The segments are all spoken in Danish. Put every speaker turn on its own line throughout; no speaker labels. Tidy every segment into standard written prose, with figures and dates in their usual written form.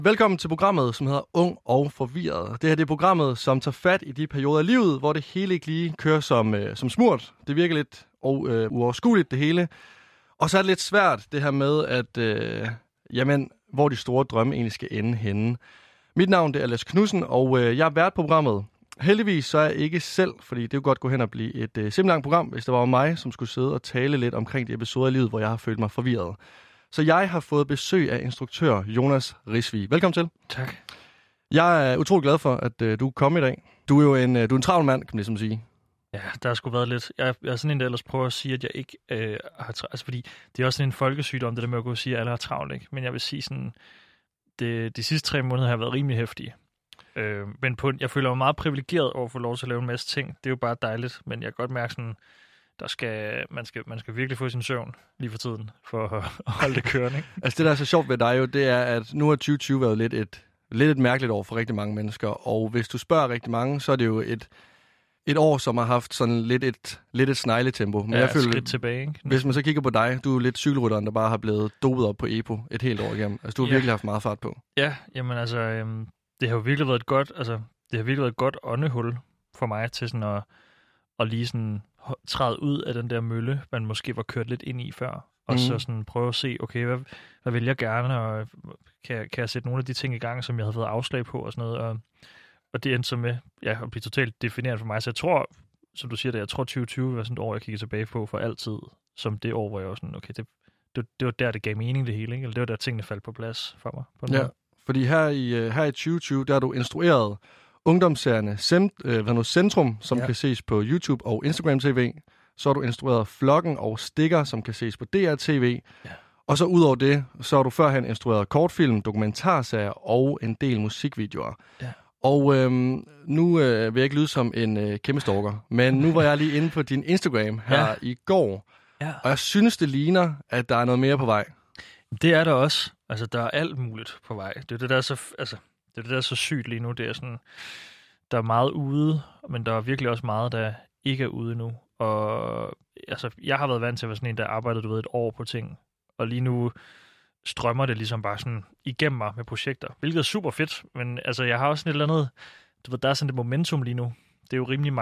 Velkommen til programmet, som hedder Ung og Forvirret. Det her det er programmet, som tager fat i de perioder af livet, hvor det hele ikke lige kører som smurt. Det virker lidt uoverskueligt, det hele. Og så er det lidt svært, det her med, at hvor de store drømme egentlig skal ende henne. Mit navn det er Lasse Knudsen, og jeg er vært på programmet. Heldigvis så er jeg ikke selv, fordi det er jo godt gå hen og blive et simpelthen langt program, hvis det var mig, som skulle sidde og tale lidt omkring de episoder af livet, hvor jeg har følt mig forvirret. Så jeg har fået besøg af instruktør Jonas Risvig. Velkommen til.
Tak.
Jeg er utrolig glad for, at du er kommet i dag. Du er jo en travl mand, kan man ligesom sige.
Ja, der har sgu været lidt. Jeg er sådan en, der ellers prøver at sige, at jeg ikke har travlt. Altså, fordi det er også sådan en folkesygdom, det der med at gå og sige, at alle har travlt, ikke? Men jeg vil sige sådan, de sidste 3 måneder har været rimelig heftige. Men jeg føler mig meget privilegeret over at få lov til at lave en masse ting. Det er jo bare dejligt, men jeg kan godt mærke sådan, man skal virkelig få sin søvn lige for tiden, for at holde det kørende, ikke?
Altså det, der er så sjovt ved dig jo, det er, at nu har 2020 været lidt et mærkeligt år for rigtig mange mennesker. Og hvis du spørger rigtig mange, så er det jo et år, som har haft sådan lidt et snegletempo. Men
ja,
jeg føler,
skridt tilbage, ikke?
Hvis man så kigger på dig, du er lidt cykelrytteren, der bare har blevet dopet op på EPO et helt år igennem. Altså du har virkelig haft meget fart på.
Ja, jamen altså, det har jo virkelig været et godt åndehul for mig til sådan at lige sådan træde ud af den der mølle, man måske var kørt lidt ind i før. Og så sådan prøve at se, okay, hvad vil jeg gerne, og kan jeg sætte nogle af de ting i gang, som jeg havde fået afslag på og sådan noget. Og det endte så med at blive totalt defineret for mig. Så jeg tror, som du siger det, 2020 var sådan et år, jeg kigger tilbage på for altid, som det år, hvor jeg var sådan, okay, det var der, det gav mening det hele, ikke? Eller det var der, tingene faldt på plads for mig. På
måde. Fordi her i 2020, der har du instrueret ungdomsserierne Centrum, som kan ses på YouTube og Instagram TV. Så har du instrueret Flokken og Stikker, som kan ses på DR TV. Ja. Og så ud over det, så har du førhen instrueret kortfilm, dokumentarserier og en del musikvideoer. Ja. Og nu vil jeg ikke lyde som en kæmpe stalker, men nu var jeg lige inde på din Instagram her i går. Ja. Og jeg synes, det ligner, at der er noget mere på vej.
Det er der også. Altså, der er alt muligt på vej. Det er det, der er så sygt lige nu. Det er sådan, der er meget ude, men der er virkelig også meget, der ikke er ude nu. Og altså, jeg har været vant til at være sådan en, der arbejdede, et år på ting. Og lige nu strømmer det ligesom bare sådan igennem mig med projekter, hvilket er super fedt. Men altså, jeg har også sådan et eller andet, der er sådan et momentum lige nu. Det er jo rimelig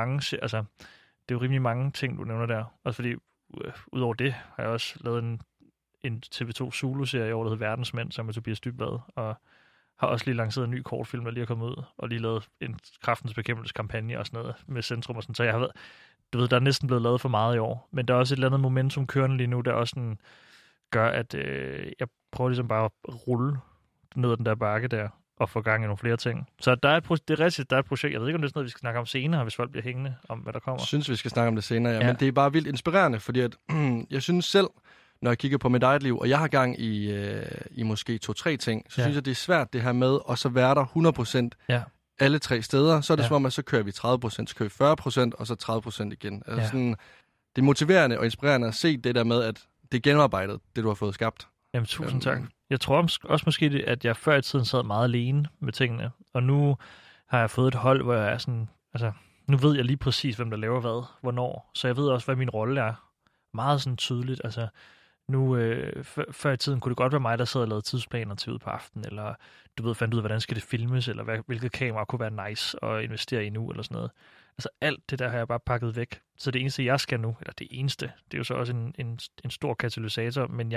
mange ting, du nævner der. Også fordi, udover det, har jeg også lavet en TV2 Zulu-serie over, der hedder Verdensmænd, som er Tobias Dybvad, og har også lige lanceret en ny kortfilm, der lige er kommet ud, og lige lavet en kræftens bekæmpelseskampagne og sådan noget med Centrum og sådan. Så jeg har været, der er næsten blevet lavet for meget i år, men der er også et eller andet momentum kørende lige nu, der også sådan gør, at jeg prøver ligesom bare at rulle ned ad den der bakke der, og få gang i nogle flere ting. Så det er rigtigt, der er et projekt. Jeg ved ikke, om det er sådan noget, vi skal snakke om senere, hvis folk bliver hængende om, hvad der kommer.
Jeg synes, vi skal snakke om det senere, ja. Men det er bare vildt inspirerende, fordi at, jeg synes selv, når jeg kigger på mit eget liv, og jeg har gang i måske 2-3 ting, så synes jeg, det er svært det her med, og så være der 100% alle 3 steder. Så er det som om, at så kører vi 30%, så kører vi 40%, og så 30% igen. Altså sådan, det er motiverende og inspirerende at se det der med, at det er gennemarbejdet, det du har fået skabt.
Jamen, tusind tak. Jeg tror også måske, at jeg før i tiden sad meget alene med tingene, og nu har jeg fået et hold, hvor jeg er sådan, altså, nu ved jeg lige præcis, hvem der laver hvad, hvornår, så jeg ved også, hvad min rolle er. Meget sådan tydeligt, altså, nu, før i tiden kunne det godt være mig, der sad og lavede tidsplaner til ud på aftenen, eller fandt ud af, hvordan skal det filmes, eller hvilket kamera kunne være nice at investere i nu, eller sådan noget. Altså alt det der har jeg bare pakket væk. Så det eneste, jeg skal nu, eller det eneste, det er jo så også en stor katalysator, men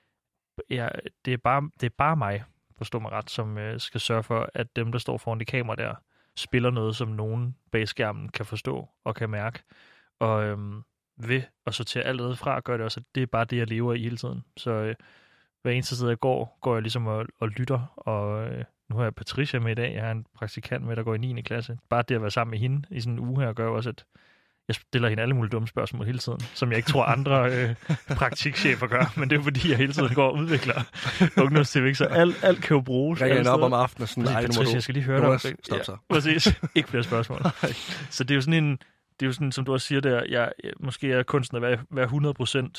det er bare mig, forstår mig ret, som skal sørge for, at dem, der står foran de kamera der, spiller noget, som nogen bag skærmen kan forstå og kan mærke. Og ved at sortere alt det fra, gør det også, at det er bare det, jeg lever i hele tiden. Så hver eneste sted, jeg går jeg ligesom og lytter, og nu har jeg Patricia med i dag. Jeg har en praktikant med, der går i 9. klasse. Bare det at være sammen med hende i sådan en uge her, gør også, at jeg stiller hende alle mulige dumme spørgsmål hele tiden, som jeg ikke tror andre praktikchefer gør, men det er fordi, jeg hele tiden går og udvikler ungdoms-TV, så alt kan jo bruges.
Ringer hende op om aftenen og sådan,
Patricia, jeg skal lige høre dig.
Stop så.
Præcis. Ikke flere spørgsmål. Så det er jo sådan som du også siger der, måske er kunsten at være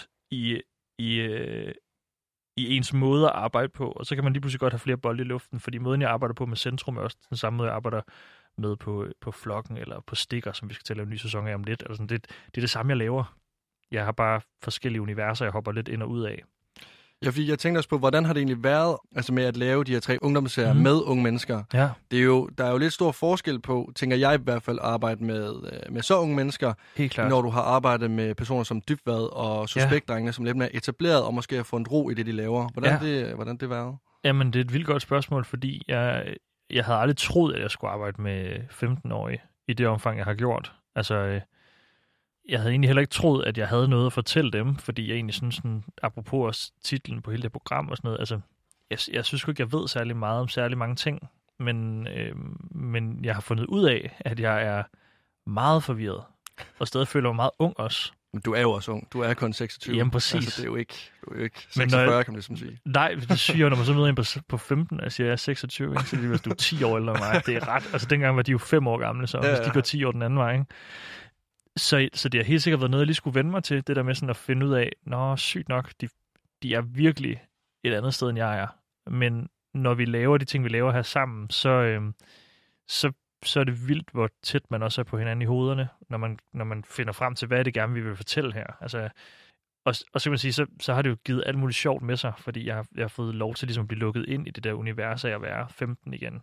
100% i ens måde at arbejde på, og så kan man lige pludselig godt have flere bolde i luften, fordi måden, jeg arbejder på med Centrum, er også den samme måde, jeg arbejder med på Flokken, eller på Stikker, som vi skal til at lave en ny sæson af om lidt. Eller sådan. Det er det samme, jeg laver. Jeg har bare forskellige universer, jeg hopper lidt ind og ud af.
Ja, fordi jeg tænkte også på, hvordan har det egentlig været altså med at lave de her 3 ungdomsserier med unge mennesker?
Ja.
Der er jo lidt stor forskel på, tænker jeg i hvert fald, at arbejde med så unge mennesker,
Helt klart.
når du har arbejdet med personer som Dybvad og Suspektdrengene, som lidt mere etableret og måske har fundet ro i det, de laver. Hvordan det været?
Jamen, det er et vildt godt spørgsmål, fordi jeg havde aldrig troet, at jeg skulle arbejde med 15-årige i det omfang, jeg har gjort. Altså, jeg havde egentlig heller ikke troet, at jeg havde noget at fortælle dem, fordi jeg egentlig synes, sådan, apropos også titlen på hele det program og sådan noget, altså, jeg synes ikke, jeg ved særlig meget om særlig mange ting, men jeg har fundet ud af, at jeg er meget forvirret, og stadig føler mig meget ung også.
Men du er jo også ung. Du er kun 26.
Jamen, præcis.
Altså, du er jo ikke 46, kan man ligesom sige.
Nej, det siger når man så møder en på 15, og jeg siger, jeg er 26, ikke? Så det er, hvis du er 10 år ældre end mig. Det er ret. Altså, dengang var de jo 5 år gamle, så hvis de går 10 år den anden vej, ikke? Så det har helt sikkert været noget, jeg lige skulle vende mig til, det der med sådan at finde ud af, sygt nok, de er virkelig et andet sted, end jeg er. Men når vi laver de ting, vi laver her sammen, så er det vildt, hvor tæt man også er på hinanden i hovederne, når man finder frem til, hvad er det gerne, vi vil fortælle her. Altså, og så kan man sige, så har det jo givet alt muligt sjovt med sig, fordi jeg har fået lov til ligesom at blive lukket ind i det der univers af at være 15 igen.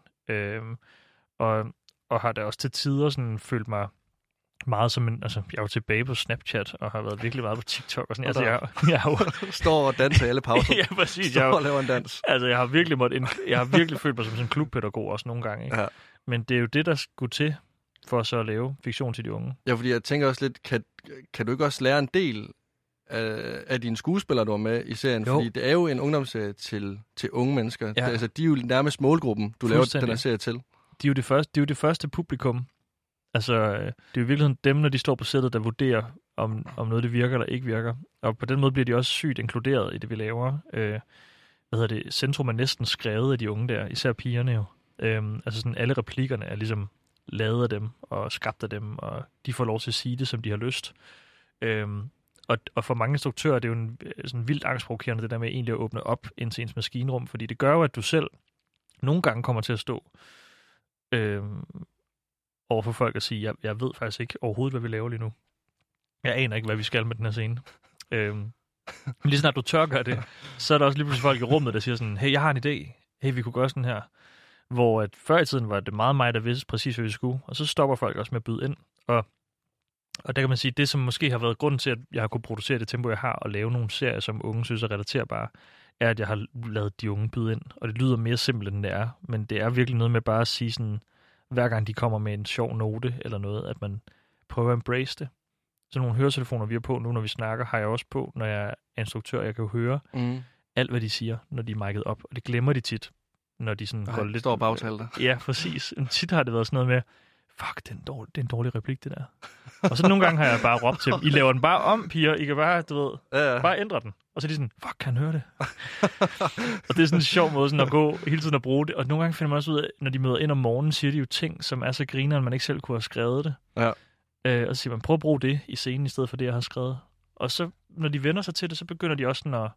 Og har da også til tider sådan følt mig meget som en, altså jeg er jo tilbage på Snapchat og har været virkelig meget på TikTok og sådan. Altså jeg har jo
står og danser i alle pauser.
Ja, præcis.
Står og laver en dans.
Altså jeg har virkelig følt mig som sådan en klubpædagog også nogle gange, ikke? Ja. Men det er jo det, der skulle til for så at lave fiktion til de unge. Ja,
fordi jeg tænker også lidt, kan du ikke også lære en del af dine skuespillere, du er med i serien? Jo. Fordi det er jo en ungdomsserie til unge mennesker. Ja. Altså, de er jo nærmest målgruppen, du laver den her serie til.
De er jo det første publikum. Altså, det er jo i virkeligheden dem, når de står på sættet, der vurderer, om noget det virker eller ikke virker. Og på den måde bliver de også sygt inkluderet i det, vi laver. Centrum er næsten skrevet af de unge der, især pigerne jo. Altså sådan, alle replikkerne er ligesom lavet af dem og skabt af dem, og de får lov til at sige det, som de har lyst. Og for mange instruktører er det jo sådan vildt angstprovokerende, det der med egentlig at åbne op ind til ens maskinrum, fordi det gør jo, at du selv nogle gange kommer til at stå over for folk og sige, jeg ved faktisk ikke overhovedet, hvad vi laver lige nu. Jeg aner ikke, hvad vi skal med den her scene. Men lige snart du tør gøre det, så er der også lige pludselig folk i rummet, der siger sådan, hey, jeg har en idé. Hey, vi kunne gøre sådan her. Hvor at før i tiden var det meget mig, der vidste præcis, hvad vi skulle. Og så stopper folk også med at byde ind. Og der kan man sige, det som måske har været grunden til, at jeg har kunnet producere det tempo, jeg har, og lave nogle serier, som unge synes er relaterbare, er, at jeg har lavet de unge byde ind. Og det lyder mere simpelt, end det er. Men det er virkelig noget med bare at sige sådan, hver gang de kommer med en sjov note eller noget, at man prøver at embrace det. Så nogle høretelefoner, vi har på nu, når vi snakker, har jeg også på, når jeg er instruktør. Jeg kan jo høre alt, hvad de siger, når de er mic'et op. Og det glemmer de tit, når de sådan går lidt...
står og bagtaler dig.
Ja, præcis. Tit har det været sådan noget med, fuck, det er en dårlig replik, det der. Og så nogle gange har jeg bare råbt til dem, I laver den bare om, piger. I kan bare, bare ændre den. Og så er de sådan, fuck, kan han høre det? Og det er sådan en sjov måde sådan at gå hele tiden og bruge det. Og nogle gange finder man også ud af, når de møder ind om morgenen, siger de jo ting, som er så grineren, man ikke selv kunne have skrevet det. Ja. Og så siger man, prøv at bruge det i scenen, i stedet for det, jeg har skrevet. Og så, når de vender sig til det, så begynder de også sådan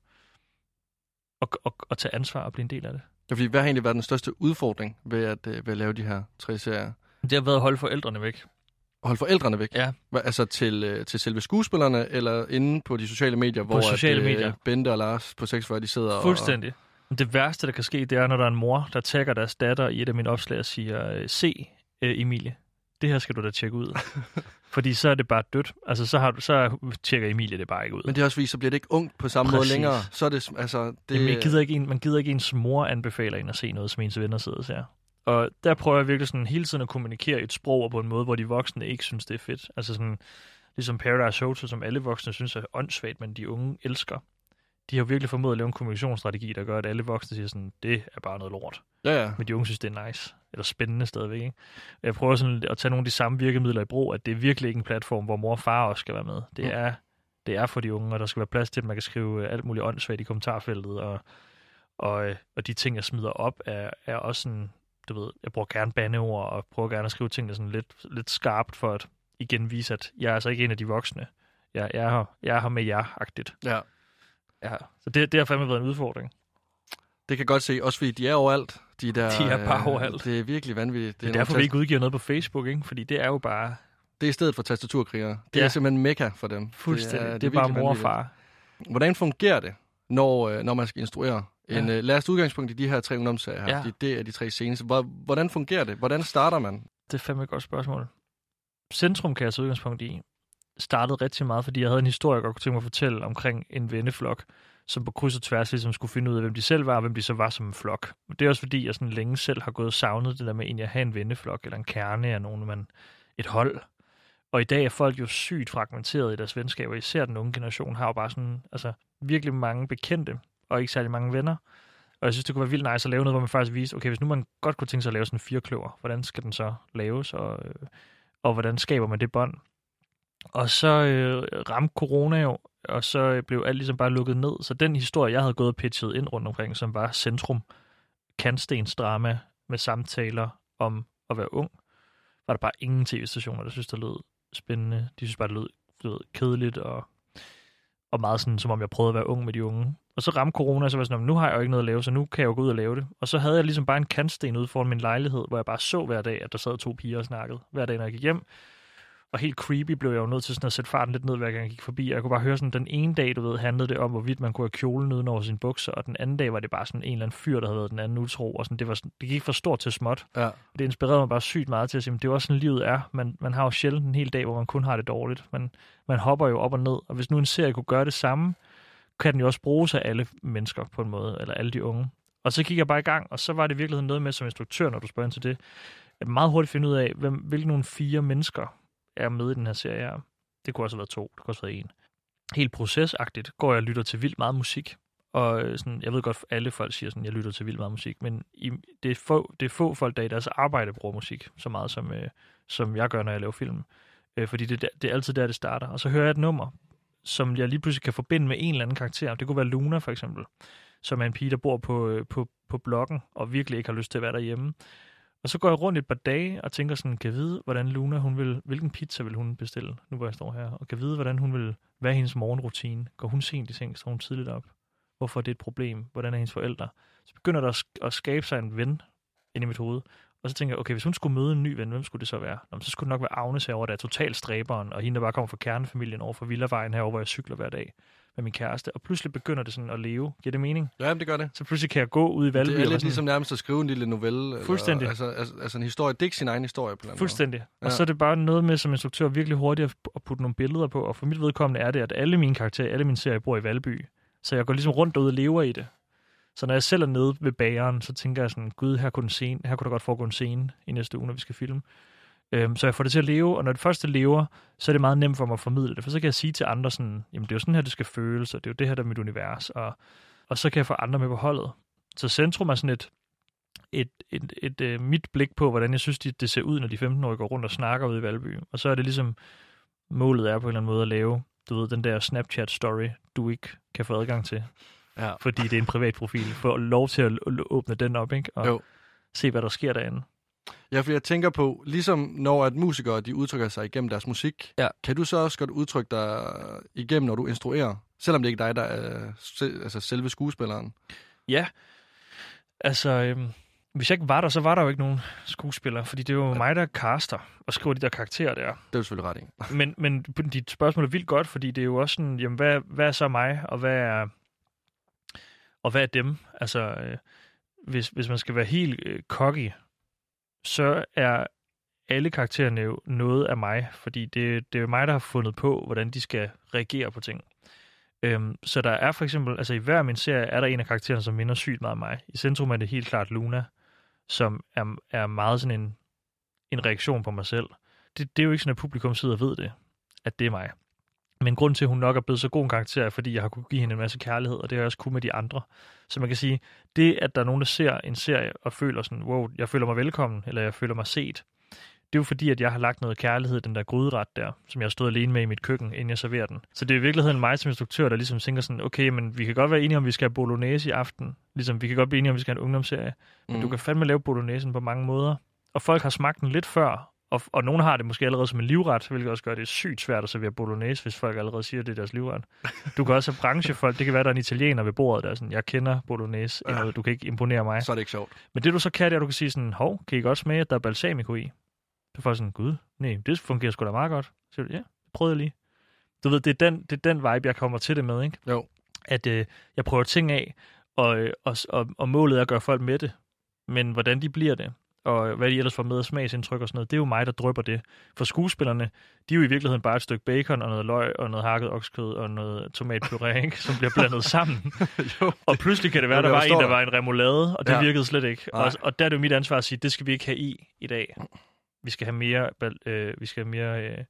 at tage ansvar og blive en del af det.
Ja, fordi hvad har egentlig været den største udfordring ved at lave de her 3 serier?
Det har været at holde forældrene væk.
Holde forældrene væk?
Ja.
Altså til selve skuespillerne, eller inde på de sociale medier, hvor
medier.
Bente og Lars på 46, de sidder
fuldstændig. Det værste, der kan ske, det er, når der er en mor, der tagger deres datter i et af mine opslag og siger, se Emilie, det her skal du da tjekke ud. Fordi så er det bare dødt. Altså, så tjekker Emilie det bare ikke ud.
Men det er også fordi, så bliver det ikke ungt på samme måde længere. Så er det, altså...
Jamen, man gider ikke ens mor anbefaler en at se noget, som ens venner sidder og ser. Og der prøver jeg virkelig sådan hele tiden at kommunikere et sprog på en måde, hvor de voksne ikke synes, det er fedt. Altså sådan, ligesom Paradise Hotel, som alle voksne synes er åndssvagt, men de unge elsker. De har virkelig formået at lave en kommunikationsstrategi, der gør, at alle voksne siger sådan, det er bare noget lort. Ja. Men de unge synes, det er nice. Eller spændende stadigvæk, ikke? Jeg prøver sådan at tage nogle af de samme virkemidler i brug, at det er virkelig ikke en platform, hvor mor og far også skal være med. Det er for de unge, og der skal være plads til, at man kan skrive alt muligt åndssvagt i kommentarfeltet, og de ting, jeg smider op, er også sådan, du ved, jeg bruger gerne bandeord, og prøver gerne at skrive tingene sådan lidt skarpt, for at igen vise, at jeg er altså ikke en af de voksne. Jeg er her med jer-agtigt. Ja. Så det har fandme været en udfordring.
Det kan jeg godt se, også fordi de er overalt. De
er bare overalt.
Det er virkelig vanvittigt.
Det er derfor, vi ikke udgiver noget på Facebook, ikke? Fordi det er jo bare...
Det er i stedet for tastaturkrigere. Det er simpelthen mekka for dem.
Fuldstændig. Det er bare mor og far.
Hvordan fungerer det når man skal instruere. Lad os udgangspunkt i de her 3 ungdomsserier her, fordi det er de 3 seneste. Hvordan fungerer det? Hvordan starter man?
Det er fandme et godt spørgsmål. Centrum kan jeg så udgangspunkt i. Startede rigtig meget, fordi jeg havde en historie, jeg godt kunne tænke mig at fortælle omkring en venneflok, som på kryds og tværs ligesom skulle finde ud af, hvem de selv var, og hvem de så var som en flok. Det er også fordi, jeg sådan længe selv har gået og savnet det der med egentlig at have en venneflok, eller en kerne af nogen, et hold. Og i dag er folk jo sygt fragmenteret i deres venskaber. Især den unge generation har jo bare sådan, virkelig mange bekendte, og ikke særlig mange venner. Og jeg synes, det kunne være vildt nice at lave noget, hvor man faktisk viste, okay, hvis nu man godt kunne tænke sig at lave sådan en 4-kløver, hvordan skal den så laves, og hvordan skaber man det bånd? Og så ramte corona jo, og så blev alt ligesom bare lukket ned. Så den historie, jeg havde gået og pitchet ind rundt omkring, som var Centrum, kantstensdrama med samtaler om at være ung, var der bare ingen tv-stationer, der synes, der lød spændende. De synes bare, det lød kedeligt, og meget sådan, som om jeg prøvede at være ung med de unge. Og så ramte corona, og så var sådan, nu har jeg jo ikke noget at lave, så nu kan jeg jo gå ud og lave det. Og så havde jeg ligesom bare en kantsten ude foran min lejlighed, hvor jeg bare så hver dag, at der sad 2 piger og snakkede. Hver dag, når jeg gik hjem. Og helt creepy blev jeg jo nødt til sådan at sætte farten lidt ned, hver gang jeg gik forbi. Jeg kunne bare høre sådan, den ene dag, handlede det om, hvorvidt man kunne have kjolen uden over sine bukser, og den anden dag var det bare sådan en eller anden fyr, der havde været den anden utro, og sådan, det gik fra stort til småt. Ja. Det inspirerede mig bare sygt meget til at sige, det er også sådan, livet er. Man har jo sjældent en hel dag, hvor man kun har det dårligt. Man hopper jo op og ned, og hvis nu en serie kunne gøre det samme, kan den jo også bruges af alle mennesker på en måde, eller alle de unge. Og så gik jeg bare i gang, og så var det i virkeligheden noget med som instruktør, når du spørger ind til det, at meget hurtigt finde ud af, hvilke nogle 4 mennesker er med i den her serie her. Det kunne også have været 2, det kunne også have været 1. Helt procesagtigt går jeg og lytter til vildt meget musik. Og sådan, jeg ved godt, at alle folk siger sådan, jeg lytter til vildt meget musik, men det er få folk, der i deres arbejde bruger musik, så meget som jeg gør, når jeg laver film. Fordi det er altid der, det starter. Og så hører jeg et nummer, som jeg lige pludselig kan forbinde med en eller anden karakter. Det kunne være Luna, for eksempel, som er en pige, der bor på blokken, og virkelig ikke har lyst til at være derhjemme. Og så går jeg rundt et par dage og tænker sådan, kan vide, hvordan Luna, hvilken pizza vil hun bestille, nu hvor jeg står her, og kan vide, hvordan hun vil, hvad er hendes morgenrutine? Går hun sent i seng, står hun tidligt op? Hvorfor er det et problem? Hvordan er hendes forældre? Så begynder der at skabe sig en ven inde i mit hoved. Og så tænker jeg, okay, hvis hun skulle møde en ny ven, hvem skulle det så være? Så skulle det nok være Agnes herovre, der er totalt stræberen, og hende, der bare kommer fra kernefamilien over for Villavejen herovre, hvor jeg cykler hver dag med min kæreste. Og pludselig begynder det sådan at leve. Giver det mening?
Ja, det gør det.
Så pludselig kan jeg gå ud i Valby.
Det er lidt ligesom nærmest at skrive en lille novelle.
Fuldstændig.
Eller, altså en historie. Det er ikke sin egen historie på den
fuldstændig. Ja. Og så er det bare noget med som instruktør virkelig hurtigt at putte nogle billeder på. Og for mit vedkommende er det, at alle mine karakterer, alle mine serier bor i Valby. Så jeg går ligesom rundt derude og lever i det. Så når jeg selv er nede ved bageren, så tænker jeg sådan, gud, her kunne der godt foregå en scene i næste uge, når vi skal filme. Så jeg får det til at leve, og når det første lever, så er det meget nemt for mig at formidle det. For så kan jeg sige til andre sådan, jamen det er jo sådan her, det skal føles, og det er jo det her, der er mit univers. Og så kan jeg få andre med på holdet. Så Centrum er sådan et mit blik på, hvordan jeg synes, det ser ud, når de 15-årige går rundt og snakker ude i Valby. Og så er det ligesom, målet er på en eller anden måde at lave, du ved, den der Snapchat-story, du ikke kan få adgang til. Ja. Fordi det er en privat profil. Få lov til at åbne den op, ikke? Og se, hvad der sker derinde.
Ja, for jeg tænker på, ligesom når at musikere de udtrykker sig igennem deres musik, kan du så også godt udtrykke dig igennem, når du instruerer? Selvom det ikke er dig, der er selve skuespilleren.
Ja. Altså, hvis jeg ikke var der, så var der jo ikke nogen skuespiller, fordi det er jo mig, der caster og skriver de der karakterer der.
Det er jo selvfølgelig ret, ikke?
Men dit spørgsmål er vildt godt, fordi det er jo også sådan, jamen, hvad er så mig, og hvad er dem? Altså, hvis man skal være helt cocky, så er alle karaktererne jo noget af mig, fordi det er jo mig, der har fundet på, hvordan de skal reagere på ting. Så der er for eksempel, altså i hver min serie, er der en af karaktererne, som minder sygt meget om mig. I Centrum er det helt klart Luna, som er meget sådan en reaktion på mig selv. Det er jo ikke sådan, at publikum sidder og ved det, at det er mig. Men grunden til, at hun nok er blevet så god en karakter, er, fordi jeg har kunnet give hende en masse kærlighed, og det har jeg også kunnet med de andre. Så man kan sige, det at der er nogen, der ser en serie og føler sådan, wow, jeg føler mig velkommen, eller jeg føler mig set, det er jo fordi, at jeg har lagt noget kærlighed i den der gryderet der, som jeg har stået alene med i mit køkken, inden jeg serverer den. Så det er i virkeligheden mig som instruktør, der ligesom tænker sådan, okay, men vi kan godt være enige om, vi skal have bolognese i aften. Ligesom vi kan godt blive enige om, vi skal have en ungdomsserie. Men du kan fandme lave bolognesen på mange måder. Og folk har smagt den lidt før, og nogen har det måske allerede som en livret, hvilket også gør det sygt svært at servere bolognese, hvis folk allerede siger, at det er deres livret. Du kan også have branchefolk. Det kan være, der er en italiener ved bordet, der er sådan, jeg kender bolognese, du kan ikke imponere mig.
Så er det ikke sjovt.
Men det du så kan, det er, at du kan sige sådan, hov, kan I godt smage, at der er balsamico i? Så får jeg sådan, gud, nej, det fungerer sgu da meget godt. Så ja, prøv det lige. Du ved, det er den vibe, jeg kommer til det med, ikke?
Jo.
at jeg prøver ting af, og målet er at gøre folk med det. Men hvordan de bliver det, og hvad de ellers får med af smagsindtryk og sådan noget, det er jo mig, der drypper det. For skuespillerne, de er jo i virkeligheden bare et stykke bacon og noget løg og noget hakket oksekød og noget tomatpuré, ikke, som bliver blandet sammen.
Jo,
og pludselig kan det være, at der var en remoulade, og det virkede slet ikke. Og der er det jo mit ansvar at sige, det skal vi ikke have i dag. Vi skal have mere,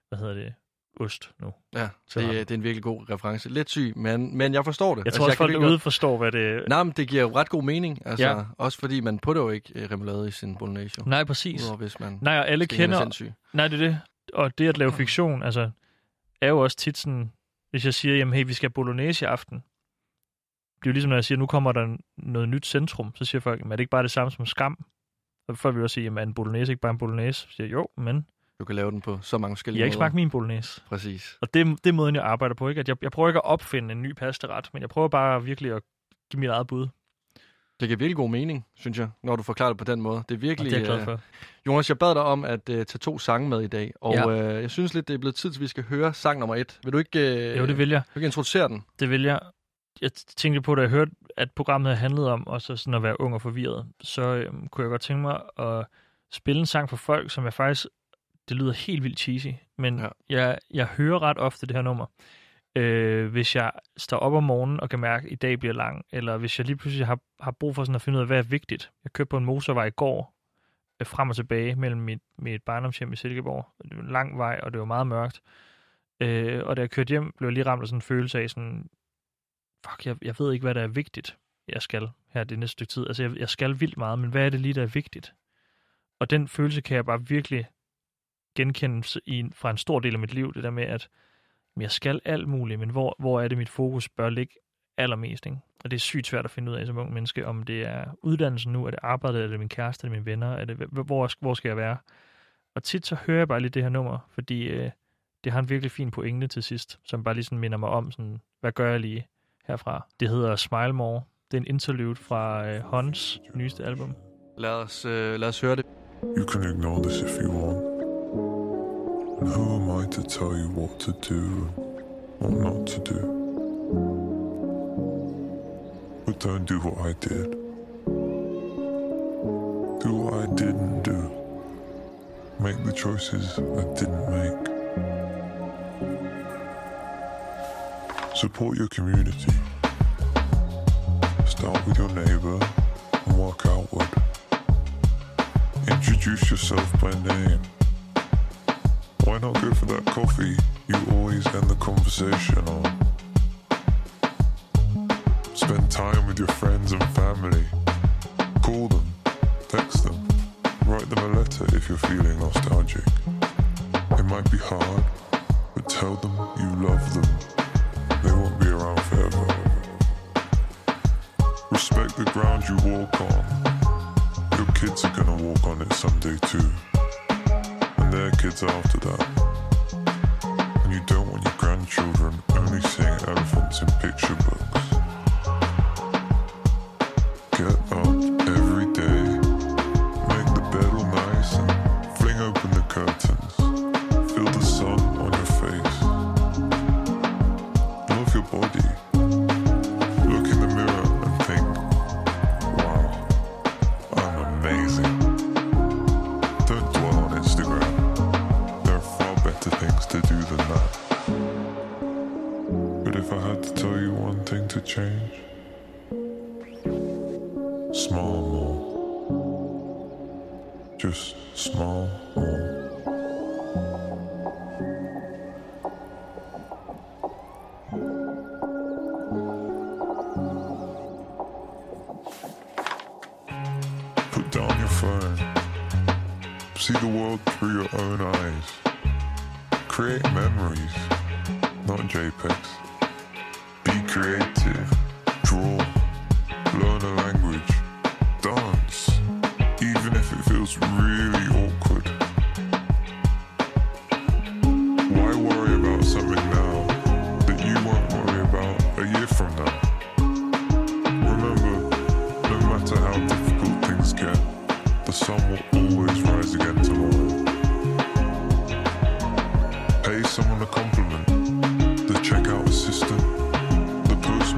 ost nu.
Ja, det er en virkelig god reference. Lidt syg, men jeg forstår det.
Jeg tror også, folk derude forstår, hvad det...
Nej, men det giver jo ret god mening. Altså, også fordi man putter jo ikke remoulade i sin bolognese.
Nej, præcis.
Udover, hvis man
og alle kender... Nej, det er det. Og det at lave fiktion, altså, er jo også tit sådan... Hvis jeg siger, jamen hey, vi skal have bolognese i aften. Det er jo ligesom, når jeg siger, nu kommer der noget nyt centrum. Så siger folk, jamen er det ikke bare det samme som Skam? Og folk vil også sige, jamen er en bolognese ikke bare en bolognese? Så siger jeg, jo, men...
Du kan lave den på så mange forskellige måder.
Jeg har ikke smagt min bolognese.
Præcis. Og
det er måden, jeg arbejder på. Ikke? At jeg prøver ikke at opfinde en ny pastaret, men jeg prøver bare virkelig at give mit eget bud.
Det giver virkelig god mening, synes jeg, når du forklarer det på den måde. Det er virkelig...
Og det er jeg glad for.
Jonas, jeg bad dig om at tage 2 sange med i dag, og jeg synes lidt, det er blevet tid til, at vi skal høre sang nummer 1. Vil du ikke,
jo, det vil jeg.
Vil du ikke introducere den?
Det vil jeg. Jeg tænkte på, da jeg hørte, at programmet handlede om også sådan at være ung og forvirret, så kunne jeg godt tænke mig at spille en sang for folk, som jeg faktisk... Det lyder helt vildt cheesy, men jeg hører ret ofte det her nummer. Hvis jeg står op om morgenen og kan mærke, at i dag bliver lang, eller hvis jeg lige pludselig har brug for sådan at finde ud af, hvad er vigtigt. Jeg kørte på en motorvej i går, frem og tilbage mellem mit barndomshjem i Silkeborg. Det var en lang vej, og det var meget mørkt. Og da jeg kørte hjem, blev jeg lige ramt af sådan en følelse af sådan, jeg ved ikke, hvad der er vigtigt, jeg skal her det næste stykke tid. Altså, jeg skal vildt meget, men hvad er det lige, der er vigtigt? Og den følelse kan jeg bare virkelig genkende fra en stor del af mit liv, det der med, at jeg skal alt muligt, men hvor er det, mit fokus bør ligge allermest, ikke? Og det er sygt svært at finde ud af som ung menneske, om det er uddannelsen nu, er det arbejdet, er det min kæreste, er det mine venner, er det, hvor skal jeg være? Og tit så hører jeg bare lidt det her nummer, fordi det har en virkelig fin pointe til sidst, som bare lige sådan minder mig om, sådan, hvad gør jeg lige herfra? Det hedder Smile More. Det er en interlude fra Hans nyeste album.
Lad os høre det.
You can ignore this if you want. And who am I to tell you what to do and what not to do? But don't do what I did. Do what I didn't do. Make the choices I didn't make. Support your community. Start with your neighbor and work outward. Introduce yourself by name. Why not go for that coffee you always end the conversation on? Spend time with your friends and family. Call them, text them, write them a letter if you're feeling nostalgic. It might be hard, but tell them you love them. They won't be around forever. Respect the ground you walk on. Your kids are gonna walk on it someday too. Their kids after that. And you don't want your grandchildren only seeing elephants in picture books. Get up every day, make the bed all nice and fling open the curtains. Feel the sun on your face. Love your body. Look in the mirror and think, wow, I'm amazing. Don't dwell on Instagram. Things to do than that. But if I had to tell you one thing to change, smile more. Just smile more. Put down your phone. See the world through your own eyes. Create memories, not JPEGs. Be creative. Draw. Learn a language. Dance. Even if it feels really awkward. Why worry about something now that you won't worry about a year from now? Remember, no matter how difficult things get, the sun will always rise again tomorrow. Pay someone a compliment, the checkout assistant, the post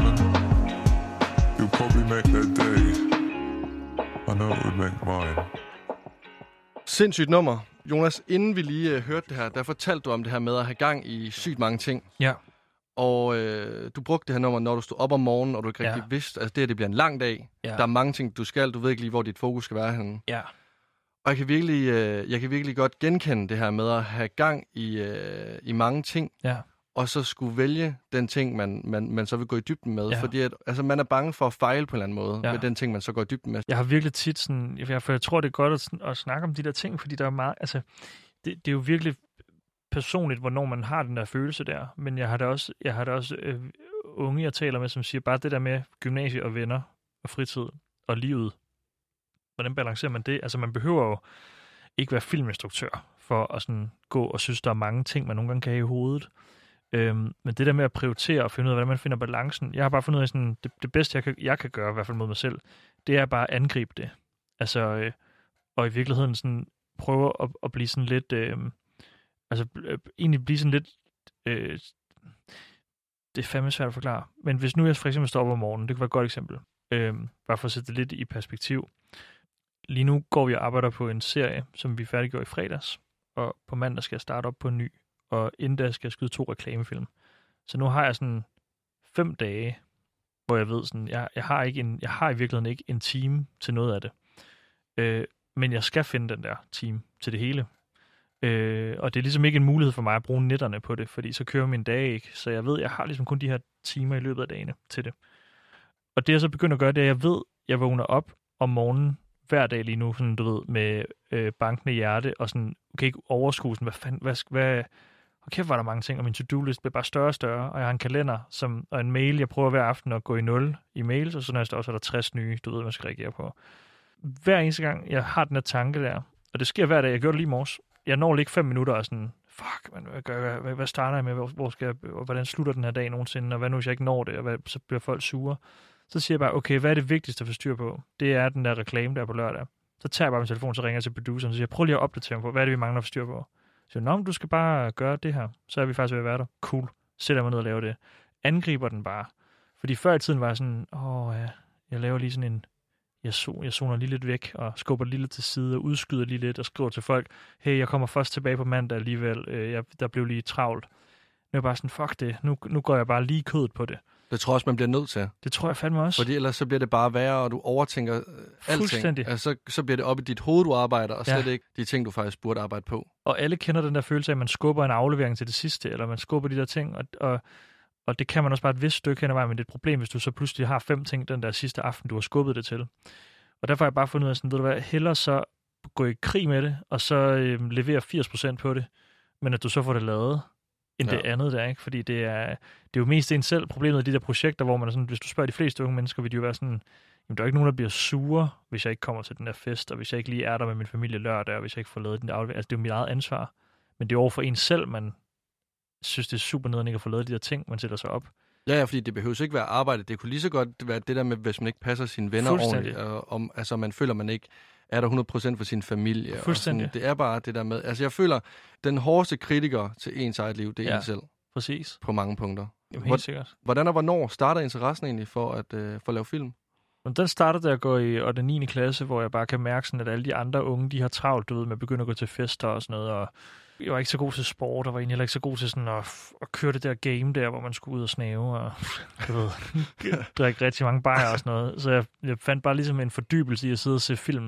Sindssygt nummer. Jonas, inden vi lige hørte det her, der fortalte du om det her med at have gang i sygt mange ting.
Ja.
Og du brugte det her nummer, når du stod op om morgenen, og du ikke rigtig vidste, altså det bliver en lang dag. Ja. Der er mange ting, du skal. Du ved ikke lige, hvor dit fokus skal være henne.
Ja.
Og jeg kan virkelig godt genkende det her med at have gang i mange ting. Ja. Og så skulle vælge den ting, man så vil gå i dybden med. Ja. Fordi at, man er bange for at fejle på en eller anden måde med den ting, man så går i dybden med.
Jeg har virkelig tit sådan... Jeg tror, det er godt at snakke om de der ting, fordi der er meget... Altså, det er jo virkelig personligt, hvornår man har den der følelse der. Men jeg har da også unge, jeg taler med, som siger, bare det der med gymnasie og venner og fritid og livet. Hvordan balancerer man det? Altså, man behøver jo ikke være filminstruktør for at sådan gå og synes, der er mange ting, man nogle gange kan have i hovedet. Men det der med at prioritere og finde ud af, hvordan man finder balancen, jeg har bare fundet ud af, sådan, det bedste, jeg kan gøre, i hvert fald mod mig selv, det er bare at angribe det. Altså, og i virkeligheden sådan, prøve at blive sådan lidt, egentlig blive sådan lidt, det er fandme svært at forklare. Men hvis nu jeg for eksempel står op om morgenen, det kan være et godt eksempel, bare for at sætte det lidt i perspektiv. Lige nu går vi og arbejder på en serie, som vi færdiggjorde i fredags, og på mandag skal jeg starte op på en ny, og inden da skal jeg skyde 2 reklamefilm. Så nu har jeg sådan 5 dage, hvor jeg ved sådan, jeg har i virkeligheden ikke en time til noget af det. Men jeg skal finde den der time til det hele. Og det er ligesom ikke en mulighed for mig at bruge netterne på det, fordi så kører min dag ikke. Så jeg ved, jeg har ligesom kun de her timer i løbet af dagene til det. Og det jeg så begynder at gøre, det er, at jeg ved, jeg vågner op om morgenen hver dag lige nu, sådan, du ved, med bankende hjerte, og sådan, okay, ikke overskue, sådan, hvad okay, var der mange ting, og min to-do-list bliver bare større og større, og jeg har en kalender og en mail, jeg prøver hver aften at gå i 0 i mails, og så næste år, så er der 60 nye, du ved, man skal reagere på. Hver eneste gang, jeg har den her tanke der, og det sker hver dag, jeg gør det lige i morges, jeg når lige 5 minutter og sådan, fuck, man, hvad starter jeg med, hvor skal jeg, hvordan slutter den her dag nogensinde, og hvad nu, hvis jeg ikke når det, og så bliver folk sure. Så siger jeg bare, okay, hvad er det vigtigste at få styr på? Det er den der reklame, der på lørdag. Så tager jeg bare min telefon, så ringer jeg til produceren, og siger, prøv lige at opdatere mig på, hvad er det, vi mangler at få styr på? Så siger du skal bare gøre det her. Så er vi faktisk ved at være der. Cool. Sætter mig ned og laver det. Angriber den bare. Fordi før i tiden var jeg sådan, jeg laver lige sådan en, jeg zoner lige lidt væk, og skubber lige lidt til side, og udskyder lige lidt, og skriver til folk, hey, jeg kommer først tilbage på mandag alligevel, der blev lige travlt. Nu er jeg bare sådan, fuck det, nu går jeg bare lige kødet på det.
Det tror jeg også, man bliver nødt til.
Det tror jeg fandme også.
Fordi ellers så bliver det bare værre, og du overtænker alting.
Fuldstændig.
Altså, så bliver det op i dit hoved, du arbejder, og slet ikke de ting, du faktisk burde arbejde på.
Og alle kender den der følelse af, at man skubber en aflevering til det sidste, eller man skubber de der ting, og det kan man også bare et vist stykke hen ad vejen, men det er et problem, hvis du så pludselig har 5 ting den der sidste aften, du har skubbet det til. Og derfor har jeg bare fundet ud af sådan, ved du hvad, hellere så gå i krig med det, og så levere 80% på det, men at du så får det lavet, end det andet der, ikke? Fordi det er jo mest en selv problemet i de der projekter, hvor man er sådan, hvis du spørger de fleste unge mennesker, vil de jo være sådan, jamen der er ikke nogen, der bliver sure, hvis jeg ikke kommer til den der fest, og hvis jeg ikke lige er der med min familie lørdag, og hvis jeg ikke får lavet den der aflevering. Altså det er jo mit eget ansvar. Men det er over for en selv, man synes, det er super nederen ikke at få lavet de der ting, man sætter sig op.
Ja, fordi det behøver ikke være arbejde. Det kunne lige så godt være det der med, hvis man ikke passer sine venner ordentligt, og altså man føler, man ikke er der 100% for sin familie.
Fuldstændig.
Og sådan, det er bare det der med, altså jeg føler, den hårdeste kritiker til ens eget liv, det er en selv.
Præcis.
På mange punkter.
Jamen, helt sikkert.
Hvordan og hvornår starter interessen egentlig for at lave film?
Men den startede, da jeg går i 8. og 9. klasse, hvor jeg bare kan mærke sådan, at alle de andre unge, de har travlt ud med at begynde at gå til fester og sådan noget, og jeg var ikke så god til sport, og var egentlig heller ikke så god til sådan at køre det der game der, hvor man skulle ud og snave, og du ved, drikke rigtig mange bajer og sådan noget. Så jeg fandt bare ligesom en fordybelse i at sidde og se film.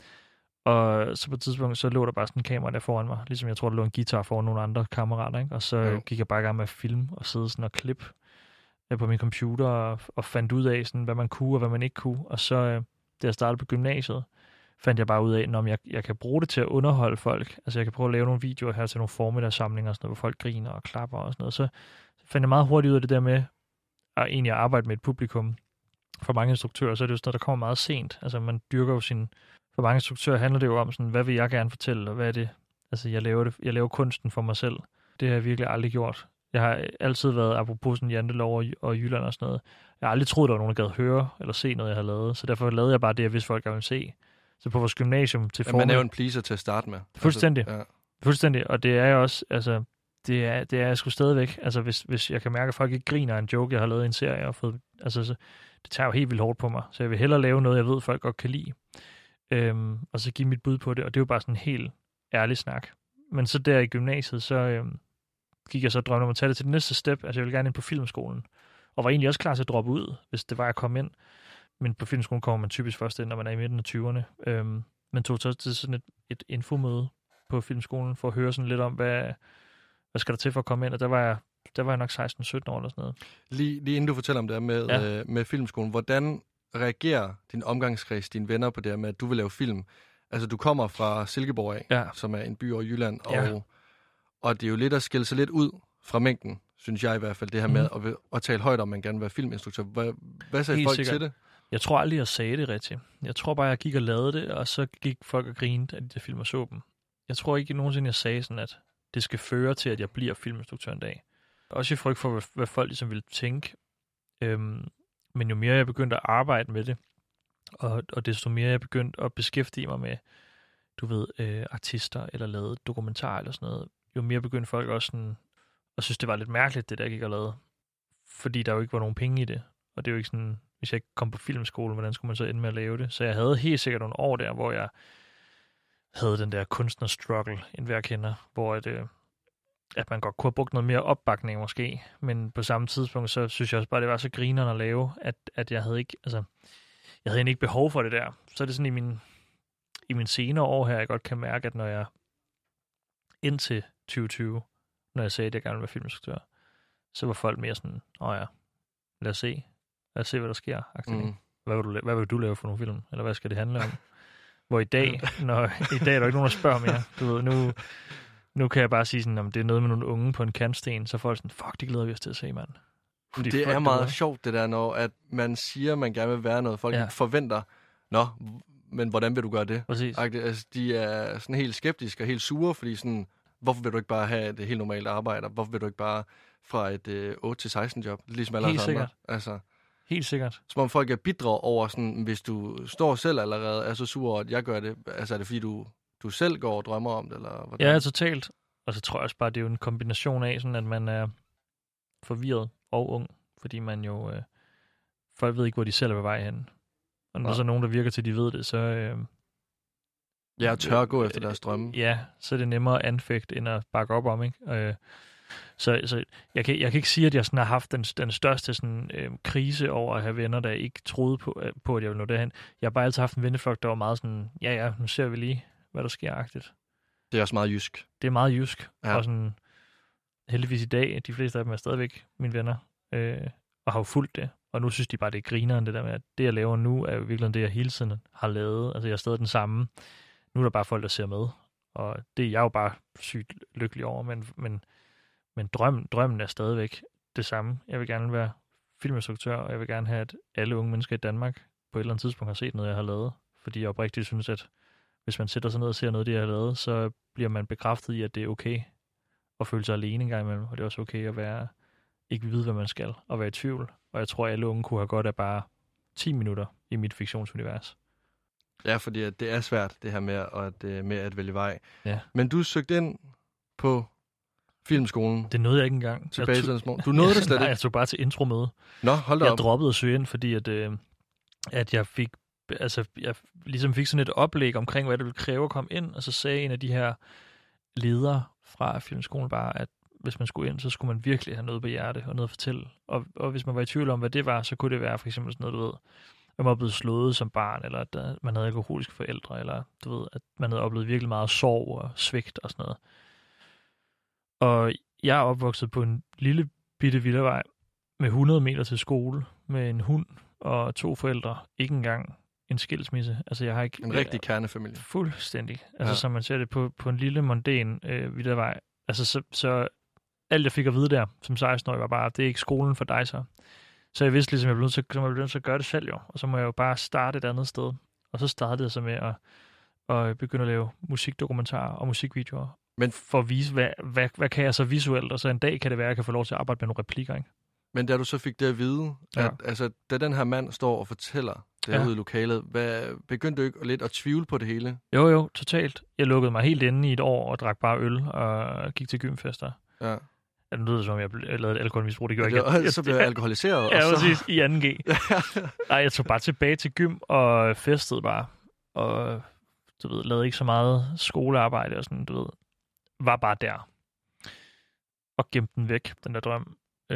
Og så på et tidspunkt, så lå der bare sådan en kamera der foran mig, ligesom jeg tror, der lå en guitar foran nogle andre kammerater, ikke? Og så gik jeg bare i gang med at filme og sidde sådan og klippe på min computer og fandt ud af, sådan, hvad man kunne og hvad man ikke kunne. Og så, da jeg startede på gymnasiet, fandt jeg bare ud af, at jeg kan bruge det til at underholde folk. Altså jeg kan prøve at lave nogle videoer her til nogle formiddagssamlinger, og sådan noget, hvor folk griner og klapper og sådan noget. Så fandt jeg meget hurtigt ud af det der med at egentlig arbejde med et publikum. For mange instruktører, så er det jo sådan noget, der kommer meget sent. Altså man dyrker jo for mange instruktører handler det jo om sådan, hvad vil jeg gerne fortælle, og hvad er det? Altså jeg laver kunsten for mig selv. Det har jeg virkelig aldrig gjort. Jeg har altid været, apropos sådan Jantelov og Jylland og sådan noget, jeg har aldrig troet, der var nogen, der gad høre eller se noget, jeg har lavet. Så derfor lavede jeg bare det, jeg vidste, folk gerne ville se. Så på vores gymnasium til formiddag...
Man er jo en pleaser til at starte med.
Fuldstændig.
Altså, ja.
Fuldstændig. Og det er jo også, altså, det er jeg sgu stadigvæk. Altså, hvis jeg kan mærke, at folk ikke griner af en joke, jeg har lavet i en serie, og fået, altså, så, det tager jo helt vildt hårdt på mig. Så jeg vil hellere lave noget, jeg ved, folk godt kan lide. og så give mit bud på det, og det var bare sådan en helt ærlig snak. Men så der i gymnasiet, så gik jeg så og drømte om at tage det til det næste step. Altså jeg ville gerne ind på filmskolen, og var egentlig også klar til at droppe ud, hvis det var at komme ind. Men på filmskolen kommer man typisk først ind, når man er i midten af 20'erne. Men tog så til sådan et infomøde på filmskolen, for at høre sådan lidt om, hvad skal der til for at komme ind, og der var jeg nok 16-17 år eller sådan noget.
Lige inden du fortæller om det her med filmskolen, hvordan reagerer din omgangskreds, dine venner på det her med, at du vil lave film? Altså, du kommer fra Silkeborg af, som er en by over Jylland, og det er jo lidt at skille sig lidt ud fra mængden, synes jeg i hvert fald, det her med at tale højt om, man gerne vil være filminstruktør. Hvad sagde folk til det?
Jeg tror aldrig, jeg sagde det rigtigt. Jeg tror bare, jeg gik og lavede det, og så gik folk og grinede af de der film og så dem. Jeg tror ikke nogensinde, jeg sagde sådan, at det skal føre til, at jeg bliver filminstruktør en dag. Også i frygt for, hvad folk ligesom ville tænke. Men jo mere jeg begyndte at arbejde med det, og desto mere jeg begyndte at beskæftige mig med, du ved, artister eller lavede dokumentarer eller sådan noget, jo mere begyndte folk også sådan, at synes, det var lidt mærkeligt, det der gik og lavede. Fordi der jo ikke var nogen penge i det. Og det er jo ikke sådan, hvis jeg ikke kom på filmskolen, hvordan skulle man så ende med at lave det? Så jeg havde helt sikkert nogle år der, hvor jeg havde den der kunstner-struggle, enhver kender, hvor at man godt kunne have brugt noget mere opbakning måske, men på samme tidspunkt, så synes jeg også bare, det var så grinerende at lave, at jeg havde ikke, altså, jeg havde ikke behov for det der. Så er det sådan i min senere år her, jeg godt kan mærke, at når jeg indtil 2020, når jeg sagde, at jeg gerne ville være filminstruktør, så var folk mere sådan, lad os se, hvad der sker. Hvad vil du lave for nogle film? Eller hvad skal det handle om? Hvor i dag, i dag er der ikke nogen, der spørger mere. Du ved, nu kan jeg bare sige sådan, om det er noget med nogle unge på en kantsten, så folk sådan, fuck, det glæder vi os til at se, mand.
Fordi det er meget sjovt, det der, når at man siger, at man gerne vil være noget. Folk forventer, men hvordan vil du gøre det?
Præcis.
Altså, de er sådan helt skeptiske og helt sure, fordi sådan, hvorfor vil du ikke bare have et helt normalt arbejde? Hvorfor vil du ikke bare fra et 8-16 job, ligesom alle andre? Altså,
helt sikkert.
Som om folk er bitre over sådan, hvis du står selv allerede er så sur over, at jeg gør det. Altså er det fordi, du selv går og drømmer om det? Eller hvordan?
Ja, totalt. Og så tror jeg også bare, det er jo en kombination af, sådan, at man er forvirret og ung. Fordi man jo... folk ved ikke, hvor de selv er på vej hen. Og når der så er nogen, der virker til, de ved det, så...
tør at gå efter deres drømme.
Ja, så er det nemmere at anfægte, end at bakke op om, ikke? Så jeg kan ikke sige, at jeg sådan har haft den største sådan, krise over at have venner, der ikke troede på, at jeg ville nå derhen. Jeg har bare altid haft en venneflok, der var meget sådan, nu ser vi lige, hvad der sker-agtigt.
Det er også meget jysk.
Det er meget jysk. Ja. Og sådan, heldigvis i dag, de fleste af dem er stadigvæk mine venner, og har jo fulgt det. Og nu synes de bare, det er grineren, det der med, at det, jeg laver nu, er jo virkelig det, jeg hele tiden har lavet. Altså, jeg er stadig den samme. Nu er der bare folk, der ser med. Og det er jeg jo bare sygt lykkelig over, men drømmen er stadigvæk det samme. Jeg vil gerne være filminstruktør, og jeg vil gerne have, at alle unge mennesker i Danmark på et eller andet tidspunkt har set noget, jeg har lavet. Fordi jeg oprigtigt synes, at hvis man sætter sig ned og ser noget, det jeg har lavet, så bliver man bekræftet i, at det er okay at føle sig alene en gang imellem. Og det er også okay at ikke vide, hvad man skal, og være i tvivl. Og jeg tror, at alle unge kunne have godt af bare 10 minutter i mit fiktionsunivers.
Ja, fordi det er svært, det her med at vælge vej.
Ja.
Men du søgte ind på filmskolen.
Det nåede jeg ikke engang.
Du nåede det slet ikke?
Nej, jeg tog bare til intromøde.
Nå, hold da op.
Jeg droppede at søge ind, fordi at jeg fik ligesom fik sådan et oplæg omkring, hvad det ville kræve at komme ind, og så sagde en af de her ledere fra filmskolen bare, at hvis man skulle ind, så skulle man virkelig have noget på hjerte og noget at fortælle. Og hvis man var i tvivl om, hvad det var, så kunne det være for eksempel sådan noget, du ved, at man var blevet slået som barn, eller at man havde alkoholiske forældre, eller du ved, at man havde oplevet virkelig meget sorg og svigt og sådan noget. Og jeg er opvokset på en lille bitte villavej med 100 meter til skole, med en hund og 2 forældre. Ikke engang en skilsmisse. Altså, jeg har ikke...
En rigtig kernefamilie.
Fuldstændig. Altså, som man ser det på en lille mondæn villavej. Altså, så alt jeg fik at vide der, som 16-årig, var bare, det er ikke skolen for dig så. Så jeg vidste ligesom, jeg blev nødt til at gøre det selv jo. Og så må jeg jo bare starte et andet sted. Og så startede jeg så med at begynde at lave musikdokumentarer og musikvideoer. Men for at vise, hvad kan jeg så visuelt, og så en dag kan det være, at jeg kan få lov til at arbejde med nogle replikker, ikke?
Men da du så fik det at vide, at altså, da den her mand står og fortæller derude i lokalet, begyndte du ikke lidt at tvivle på det hele?
Jo, totalt. Jeg lukkede mig helt inde i et år og drak bare øl og gik til gymfester.
Ja.
Det lyder som, jeg lavede et alkoholmisbrug. Det gjorde jeg ikke.
Så blev jeg alkoholiseret.
Ja, præcis. I 2G. Nej, jeg tog bare tilbage til gym og festede bare. og du ved, lavede ikke så meget skolearbejde og sådan, du ved, var bare der. Og gemte den væk, den der drøm.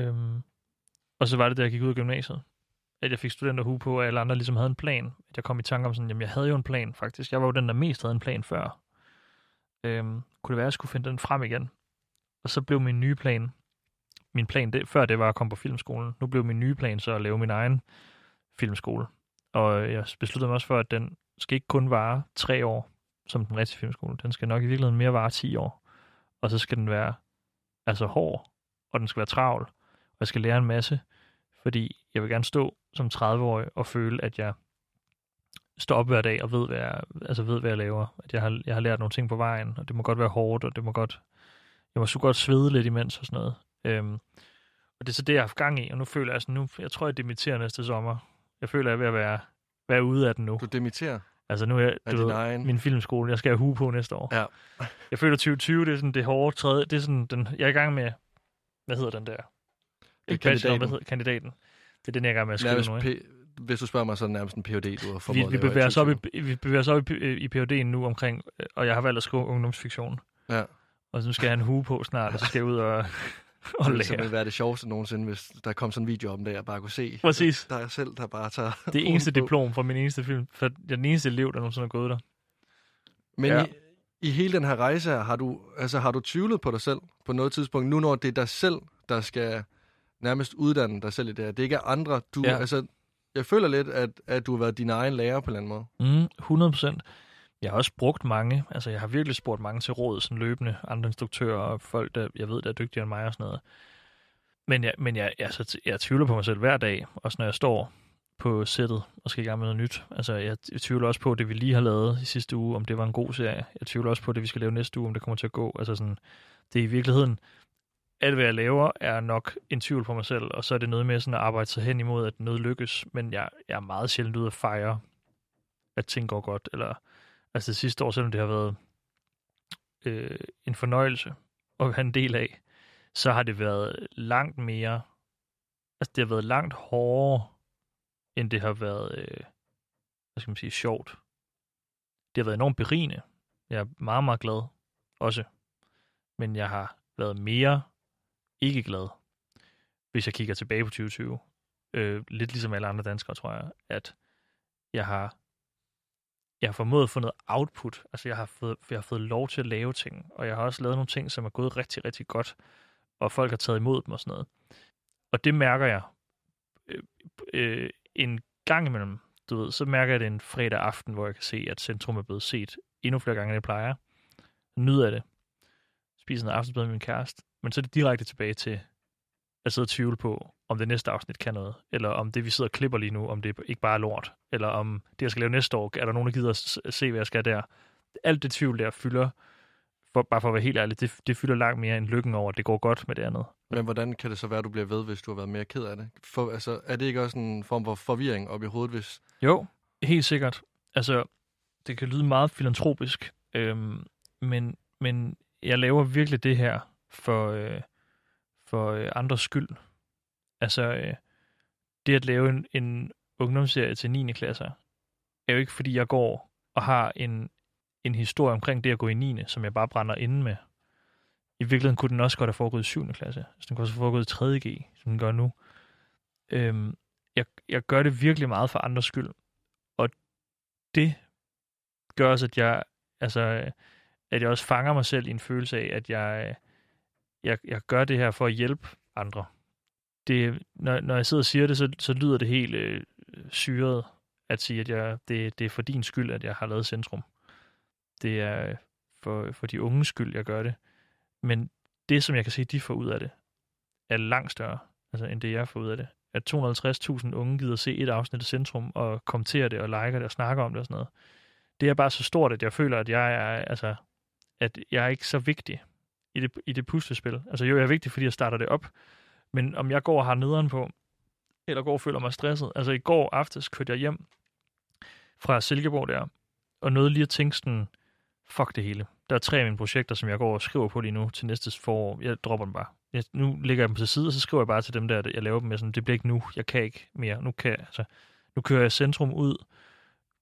Og så var det, da jeg gik ud af gymnasiet, at jeg fik studenterhue på, og alle andre ligesom havde en plan. At jeg kom i tanke om sådan, jamen jeg havde jo en plan faktisk. Jeg var jo den, der mest havde en plan før. Kunne det være, at jeg skulle finde den frem igen? Og så blev min nye plan, før det var at komme på filmskolen. Nu blev min nye plan så at lave min egen filmskole. Og jeg besluttede mig også for, at den skal ikke kun vare 3 år, som den rigtige filmskole. Den skal nok i virkeligheden mere vare 10 år. Og så skal den være altså hård, og den skal være travl. Og jeg skal lære en masse, fordi jeg vil gerne stå som 30-årig og føle, at jeg står op hver dag og ved, hvad jeg laver. At jeg har lært nogle ting på vejen, og det må godt være hårdt, og jeg må så godt svede lidt imens og sådan noget. Og det er så det, jeg har haft gang i, og nu føler jeg sådan, jeg tror, jeg dimitterer næste sommer. Jeg føler, jeg er ved at være ude af den nu.
Du dimitterer?
Altså nu er jeg, min filmskole, jeg skal have hue på næste år.
Ja.
Jeg føler 2020, det er sådan det hårde tredje, det er sådan jeg er i gang med, hvad hedder den der? Ikke kandidaten. Hvad hedder kandidaten? Det er den, jeg er i gang med at skrive nu, ikke?
Hvis du spørger mig, så er det nærmest en PhD, du har formået
vi bevæger os op i PhD'en nu omkring, og jeg har valgt at skrive ungdomsfiktion.
Ja.
Og så nu skal jeg have en hue på snart, og så skal jeg ud og lære.
Det ville være det sjoveste nogensinde, hvis der kom sådan en video om det, jeg bare kunne se.
Præcis.
Der er jeg selv, der bare tager
det eneste diplom fra min eneste film, for jeg er den eneste elev, der nogensinde har gået der.
Men ja. I hele den her rejse her, har du tvivlet på dig selv på noget tidspunkt, nu når det er dig selv, der skal nærmest uddanne dig selv i det her. Det ikke er andre. Jeg føler lidt, at du har været din egen lærer på en eller anden
måde. 100%. Jeg har også brugt mange. Altså, jeg har virkelig spurgt mange til råd, sådan løbende, andre instruktører og folk, der jeg ved, der er dygtigere end mig og sådan noget. Men jeg tvivler på mig selv hver dag, også når jeg står på sættet og skal i gang med noget nyt. Altså, jeg tvivler også på det, vi lige har lavet i sidste uge, om det var en god serie. Jeg tvivler også på det, vi skal lave næste uge, om det kommer til at gå. Altså sådan, det er i virkeligheden, alt hvad jeg laver, er nok en tvivl på mig selv, og så er det noget med sådan at arbejde sig hen imod, at noget lykkes, men jeg er meget sjældent ude at fejre, at ting går godt, eller altså det sidste år, selvom det har været en fornøjelse at have en del af, så har det været langt mere, altså det har været langt hårdere, end det har været, sjovt. Det har været enormt berigende. Jeg er meget, meget glad også, men jeg har været mere ikke glad, hvis jeg kigger tilbage på 2020. Lidt ligesom alle andre danskere, tror jeg, at jeg har formået at få noget output. Altså, jeg har fået lov til at lave ting, og jeg har også lavet nogle ting, som er gået rigtig, rigtig godt, og folk har taget imod dem og sådan noget. Og det mærker jeg en gang imellem. Du ved, så mærker jeg det en fredag aften, hvor jeg kan se, at Centrum er blevet set endnu flere gange, end jeg plejer. Nyder af det. Spiser noget aftensmad med min kæreste. Men så er det direkte tilbage til at sidde og tvivle på, om det næste afsnit kan noget, eller om det, vi sidder og klipper lige nu, om det ikke bare er lort, eller om det, jeg skal lave næste år, er der nogen, der gider at se, hvad jeg skal der. Alt det tvivl der fylder, bare for at være helt ærlig, det fylder langt mere end lykken over, at det går godt med det andet.
Men hvordan kan det så være, at du bliver ved, hvis du har været mere ked af det? Er det ikke også en form for forvirring op i hovedet, hvis...
Jo, helt sikkert. Altså, det kan lyde meget filantropisk, men jeg laver virkelig det her for andres skyld. Altså, det at lave en ungdomsserie til 9. klasser, er jo ikke fordi, jeg går og har en historie omkring det at gå i 9., som jeg bare brænder inde med. I virkeligheden kunne den også godt have foregået i 7. klasse. Så den kunne også have foregået i 3. G, som den gør nu. Jeg gør det virkelig meget for andres skyld. Og det gør også, at jeg også fanger mig selv i en følelse af, at jeg gør det her for at hjælpe andre. Når jeg sidder og siger det, så lyder det helt syret at sige, at det er for din skyld, at jeg har lavet Centrum. Det er for de unges skyld, jeg gør det. Men det, som jeg kan se, de får ud af det, er langt større, end det, jeg får ud af det. At 250.000 unge gider se et afsnit af Centrum og kommentere det og liker det og snakker om det og sådan noget. Det er bare så stort, at jeg føler, at jeg er ikke så vigtig i det puslespil. Altså jo, jeg er vigtig, fordi jeg starter det op. Men om jeg går og har nederen på, eller går og føler mig stresset. Altså i går aftes kørte jeg hjem fra Silkeborg der, og nåede lige at tænke sådan, fuck det hele. Der er 3 af mine projekter, som jeg går og skriver på lige nu til næste forår. Jeg dropper dem bare. Nu lægger jeg dem til side, og så skriver jeg bare til dem der, jeg laver dem med sådan, det bliver ikke nu, jeg kan ikke mere. Nu kører jeg Centrum ud,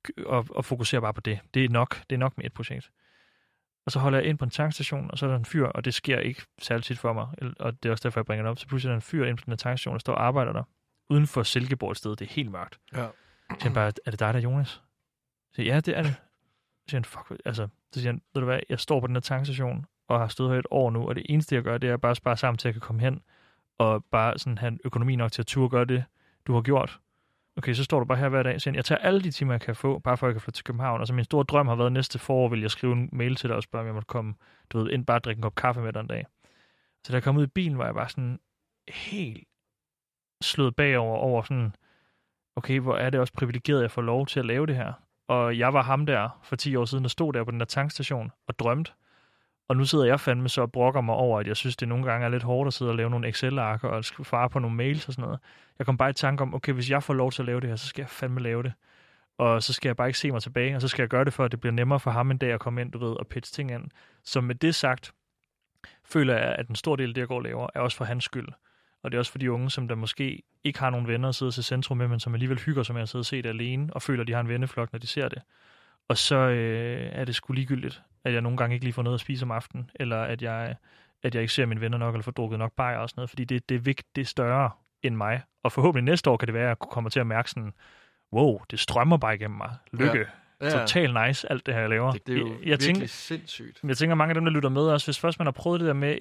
og fokuserer bare på det. Det er nok med et projekt. Og så holder jeg ind på en tankstation, og så er der en fyr, og det sker ikke særligt tit for mig, og det er også derfor, jeg bringer det op. Så pludselig er der en fyr ind på den tankstation, der står og arbejder der, uden for Silkeborg et sted. Det er helt mørkt. Ja. Så siger han bare, er det dig der, Jonas? Så siger ja, det er det. Så siger han, fuck, altså, så siger han, ved du hvad, jeg står på den her tankstation, og har stået her et år nu, og det eneste, jeg gør, det er bare at spare sammen til, at jeg kan komme hen, og bare sådan have økonomi nok til at turde gøre det, du har gjort. Okay, så står du bare her hver dag. Så jeg tager alle de timer, jeg kan få, bare for at jeg kan flytte til København. Altså min store drøm har været, næste forår vil jeg skrive en mail til dig og spørge, om jeg måtte komme, du ved, ind bare drikke en kop kaffe med dig en dag. Så da jeg kom ud i bilen, var jeg bare sådan helt slået bagover over sådan, okay, hvor er det også privilegeret, at jeg får lov til at lave det her. Og jeg var ham der for 10 år siden, der stod der på den der tankstation og drømte. Og nu sidder jeg fandme så og brokker mig over, at jeg synes, det nogle gange er lidt hårdt at sidde og lave nogle Excel-arker og svare på nogle mails og sådan noget. Jeg kom bare i tanke om, okay, hvis jeg får lov til at lave det her, så skal jeg fandme lave det. Og så skal jeg bare ikke se mig tilbage, og så skal jeg gøre det for, at det bliver nemmere for ham en dag at komme ind, du ved, og pitche ting ind. Så med det sagt, føler jeg, at en stor del af det, jeg går og laver, er også for hans skyld. Og det er også for de unge, som der måske ikke har nogen venner at sidde til centrum med, men som alligevel hygger sig med at sidde og se det alene, og føler, at de har en venneflok, når de ser det. Og så er det sgu ligegyldigt, at jeg nogle gange ikke lige får noget at spise om aftenen, eller at jeg ikke ser mine venner nok, eller får drukket nok bajer og sådan noget, fordi det er vigtigt, det er større end mig. Og forhåbentlig næste år kan det være, at jeg kommer til at mærke sådan, wow, det strømmer bare igennem mig. Lykke. Ja. Total nice, alt det her, jeg laver.
Det er jo virkelig sindssygt.
Jeg tænker, mange af dem, der lytter med også, hvis først man har prøvet det der med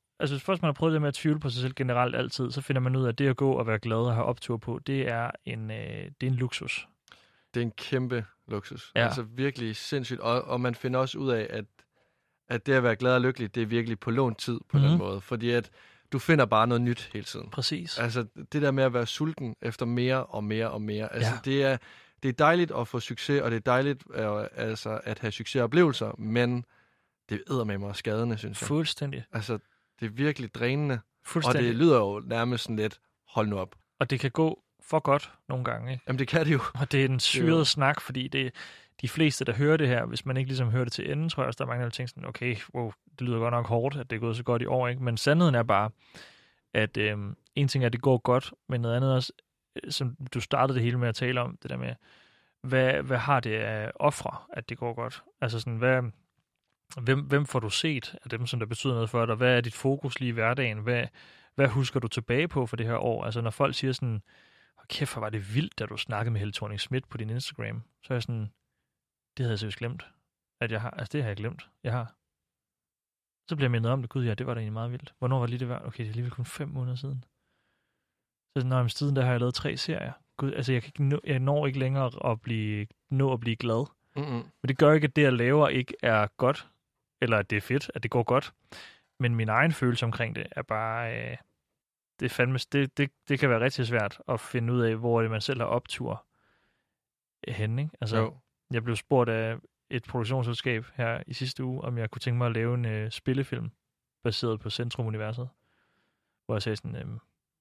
at tvivle på sig selv generelt altid, så finder man ud af, at det at gå og være glad og have optur på, det er en luksus.
Det er en kæmpe luksus. Ja. Altså virkelig sindssygt. Og man finder også ud af, at det at være glad og lykkelig, det er virkelig på lånt tid på den måde. Fordi at du finder bare noget nyt hele tiden.
Præcis.
Altså det der med at være sulten efter mere og mere og mere. Altså det er dejligt at få succes, og det er dejligt at have succesoplevelser, men det eddermame mig skadende, synes jeg.
Fuldstændig.
Altså det er virkelig drænende. Og det lyder jo nærmest sådan lidt, hold nu op.
Og det kan gå for godt nogle gange, ikke?
Jamen det kan det jo.
Og det er en syret snak, fordi de fleste, der hører det her, hvis man ikke ligesom hører det til enden, tror jeg også, der er mange, der tænker sådan, okay, wow, det lyder godt nok hårdt, at det er gået så godt i år, ikke? Men sandheden er bare, at en ting er, at det går godt, men noget andet også, som du startede det hele med at tale om, det der med, hvad har det af ofre, at det går godt? Altså sådan, hvem får du set af dem, som der betyder noget for dig? Hvad er dit fokus lige i hverdagen? Hvad husker du tilbage på for det her år? Altså når folk siger sådan, kæft, hvor var det vildt, da du snakkede med Helle Thorning-Schmidt på din Instagram. Så er jeg sådan, det havde jeg seriøst glemt, at jeg har. Altså, det har jeg glemt. Jeg har. Så bliver jeg mindet om det. Gud, ja, det var da egentlig meget vildt. Hvornår var lige det var? Okay, det er alligevel kun 5 måneder siden. Så når siden, der har jeg lavet 3 serier. Gud, altså, jeg når ikke længere at blive glad. Mm-hmm. Men det gør ikke, at det, jeg laver, ikke er godt, eller at det er fedt, at det går godt. Men min egen følelse omkring det er bare... Det fandme, det kan være rigtig svært at finde ud af, hvor det man selv har optur henne, ikke? Altså, jeg blev spurgt af et produktionsselskab her i sidste uge, om jeg kunne tænke mig at lave en spillefilm baseret på Centrum-universet. Hvor jeg sagde sådan,